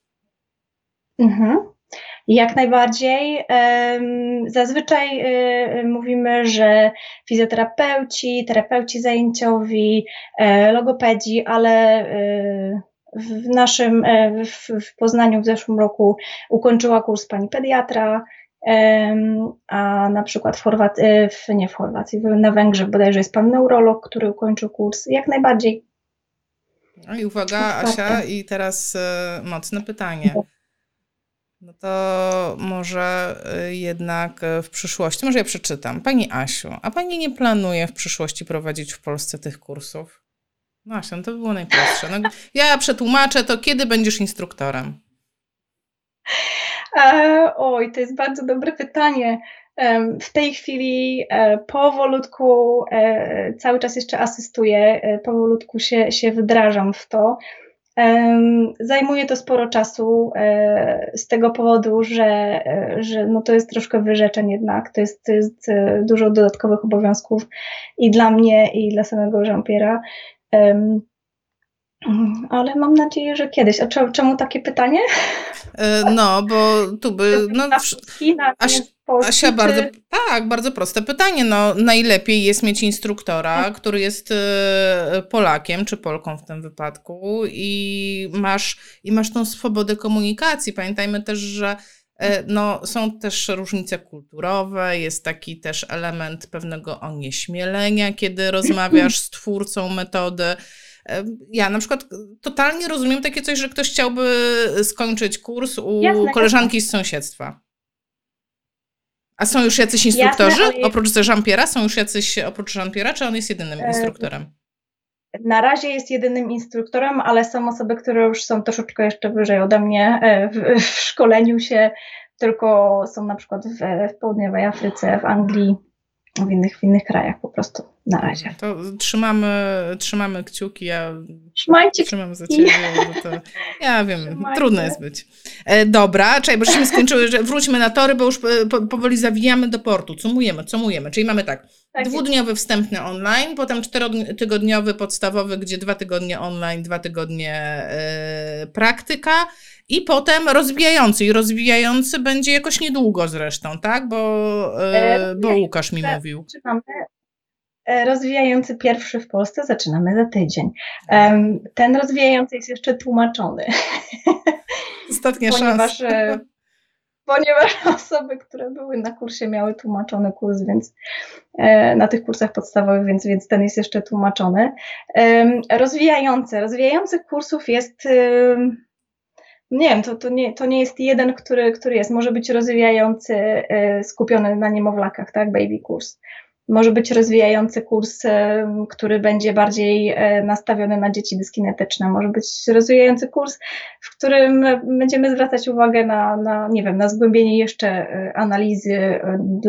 Jak najbardziej. Zazwyczaj mówimy, że fizjoterapeuci, terapeuci zajęciowi, logopedzi, ale w Poznaniu w zeszłym roku ukończyła kurs pani pediatra, a na przykład na Węgrzech bodajże jest pan neurolog, który ukończył kurs. Jak najbardziej. No i uwaga, Asia, i teraz mocne pytanie. No to może jednak w przyszłości, może ja przeczytam. Pani Asiu, a pani nie planuje w przyszłości prowadzić w Polsce tych kursów? No Asia, no to by było najprostsze. No, ja przetłumaczę to, kiedy będziesz instruktorem? Oj, to jest bardzo dobre pytanie. W tej chwili powolutku cały czas jeszcze asystuję, powolutku się wdrażam w to. Zajmuje to sporo czasu z tego powodu, że no to jest troszkę wyrzeczeń jednak, to jest dużo dodatkowych obowiązków i dla mnie, i dla samego Jean-Pierre'a. Ale mam nadzieję, że kiedyś. A czemu takie pytanie? No, bo tu by... No, Asia, bardzo proste pytanie. No, najlepiej jest mieć instruktora, który jest Polakiem, czy Polką w tym wypadku i masz tą swobodę komunikacji. Pamiętajmy też, że no, są też różnice kulturowe, jest taki też element pewnego onieśmielenia, kiedy rozmawiasz z twórcą metody. Ja na przykład totalnie rozumiem takie coś, że ktoś chciałby skończyć kurs u koleżanki z sąsiedztwa. A są już jacyś instruktorzy? Oprócz Jean-Pierre'a? Są już jacyś oprócz Jean-Pierre'a, czy on jest jedynym instruktorem? Na razie jest jedynym instruktorem, ale są osoby, które już są troszeczkę jeszcze wyżej ode mnie w szkoleniu się, tylko są na przykład w południowej Afryce, w Anglii, w innych krajach po prostu na razie. To trzymamy kciuki, ja trzymam za ciebie, bo to, ja wiem, trudno jest być. Dobra, bo żeśmy skończyły, wróćmy na tory, bo już powoli zawijamy do portu. Cumujemy, czyli mamy tak, 2-dniowy wstępny online, potem 4-tygodniowy podstawowy, gdzie 2 tygodnie online, 2 tygodnie praktyka, i potem rozwijający. I rozwijający będzie jakoś niedługo zresztą, tak? Bo Łukasz mi mówił. Rozwijający pierwszy w Polsce zaczynamy za tydzień. Ten rozwijający jest jeszcze tłumaczony. Ostatnia szansa. Ponieważ osoby, które były na kursie, miały tłumaczony kurs, więc na tych kursach podstawowych, więc ten jest jeszcze tłumaczony. Rozwijających kursów jest... Nie wiem, to nie jest jeden, który jest. Może być rozwijający, skupiony na niemowlakach, tak? Baby kurs. Może być rozwijający kurs, który będzie bardziej nastawiony na dzieci dyskinetyczne. Może być rozwijający kurs, w którym będziemy zwracać uwagę na zgłębienie jeszcze analizy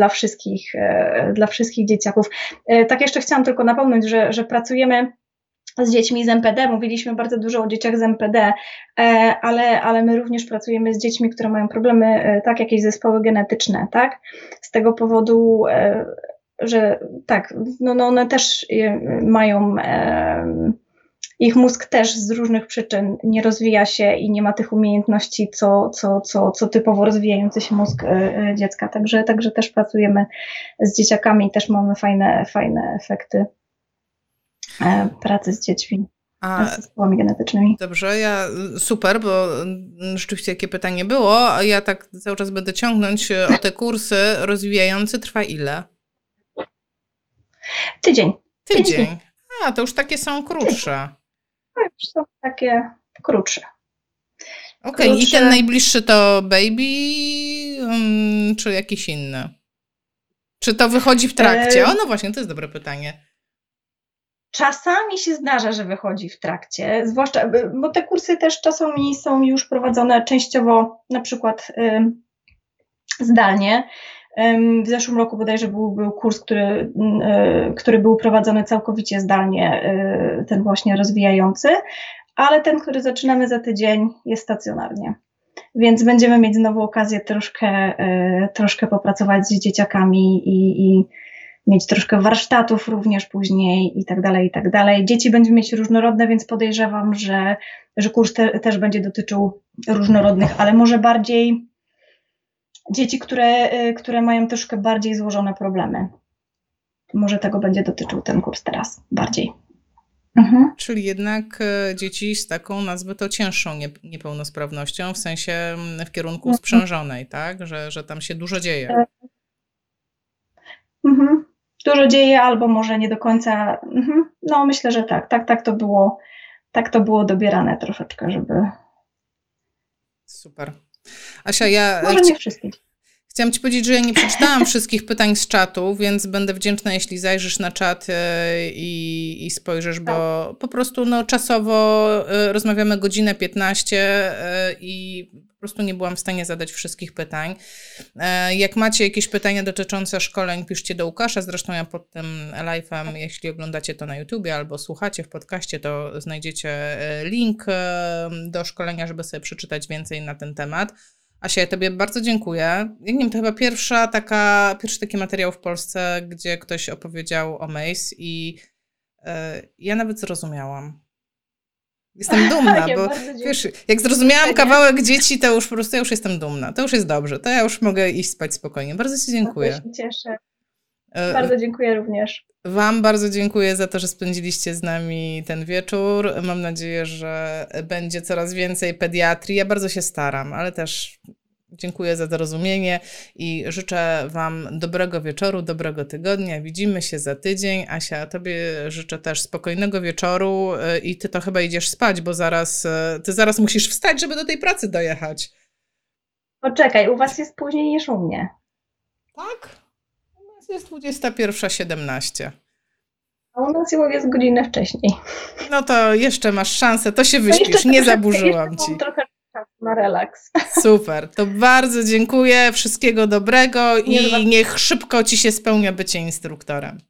dla wszystkich dzieciaków. Tak jeszcze chciałam tylko napomnieć, że pracujemy z dziećmi z NPD, mówiliśmy bardzo dużo o dzieciach z NPD, ale my również pracujemy z dziećmi, które mają problemy, tak, jakieś zespoły genetyczne, tak, z tego powodu, że tak, no one też mają ich mózg też z różnych przyczyn nie rozwija się i nie ma tych umiejętności, co typowo rozwijający się mózg dziecka. Także też pracujemy z dzieciakami i też mamy fajne efekty pracy z dziećmi. Z zespołami genetycznymi. Dobrze, super, bo rzeczywiście jakie pytanie było, a ja tak cały czas będę ciągnąć o te kursy rozwijające. Trwa ile? Tydzień. A, to już takie są krótsze. To już są takie krótsze. Okej, i ten najbliższy to Baby, czy jakiś inny? Czy to wychodzi w trakcie? No właśnie, to jest dobre pytanie. Czasami się zdarza, że wychodzi w trakcie, zwłaszcza, bo te kursy też czasami są już prowadzone częściowo, na przykład zdalnie. W zeszłym roku bodajże był kurs, który był prowadzony całkowicie zdalnie, ten właśnie rozwijający, ale ten, który zaczynamy za tydzień, jest stacjonarnie. Więc będziemy mieć znowu okazję troszkę popracować z dzieciakami i mieć troszkę warsztatów również później i tak dalej, i tak dalej. Dzieci będziemy mieć różnorodne, więc podejrzewam, że kurs też będzie dotyczył różnorodnych, ale może bardziej dzieci, które mają troszkę bardziej złożone problemy. Może tego będzie dotyczył ten kurs teraz bardziej. Mhm. Czyli jednak dzieci z taką, nazwę to, cięższą niepełnosprawnością, w sensie w kierunku sprzężonej, tak? Że tam się dużo dzieje. Mhm. Dużo dzieje, albo może nie do końca. No, myślę, że tak. Tak to było dobierane troszeczkę, żeby... Super. Asia, może nie wszystkie. Chciałam Ci powiedzieć, że ja nie przeczytałam wszystkich pytań z czatu, więc będę wdzięczna, jeśli zajrzysz na czat i spojrzysz, bo po prostu czasowo rozmawiamy godzinę 15 i po prostu nie byłam w stanie zadać wszystkich pytań. Jak macie jakieś pytania dotyczące szkoleń, piszcie do Łukasza. Zresztą ja pod tym live'em, jeśli oglądacie to na YouTubie albo słuchacie w podcaście, to znajdziecie link do szkolenia, żeby sobie przeczytać więcej na ten temat. Asia, ja Tobie bardzo dziękuję. Ja nie wiem, to chyba pierwszy taki materiał w Polsce, gdzie ktoś opowiedział o MACE i ja nawet zrozumiałam. Jestem dumna, bo wiesz, jak zrozumiałam kawałek dzieci, to już po prostu ja już jestem dumna. To już jest dobrze, to ja już mogę iść spać spokojnie. Bardzo Ci dziękuję. Bardzo się cieszę. Bardzo dziękuję również. Wam bardzo dziękuję za to, że spędziliście z nami ten wieczór. Mam nadzieję, że będzie coraz więcej pediatrii. Ja bardzo się staram, ale też dziękuję za zrozumienie i życzę Wam dobrego wieczoru, dobrego tygodnia. Widzimy się za tydzień. Asia, Tobie życzę też spokojnego wieczoru i Ty to chyba idziesz spać, bo Ty zaraz musisz wstać, żeby do tej pracy dojechać. Poczekaj, u Was jest później niż u mnie. Tak? Jest 21:17. A u nas jest godzinę wcześniej. No to jeszcze masz szansę, to się wyśpisz, nie zaburzyłam Ci. Mam trochę czasu na relaks. Super, to bardzo dziękuję, wszystkiego dobrego i niech szybko Ci się spełnia bycie instruktorem.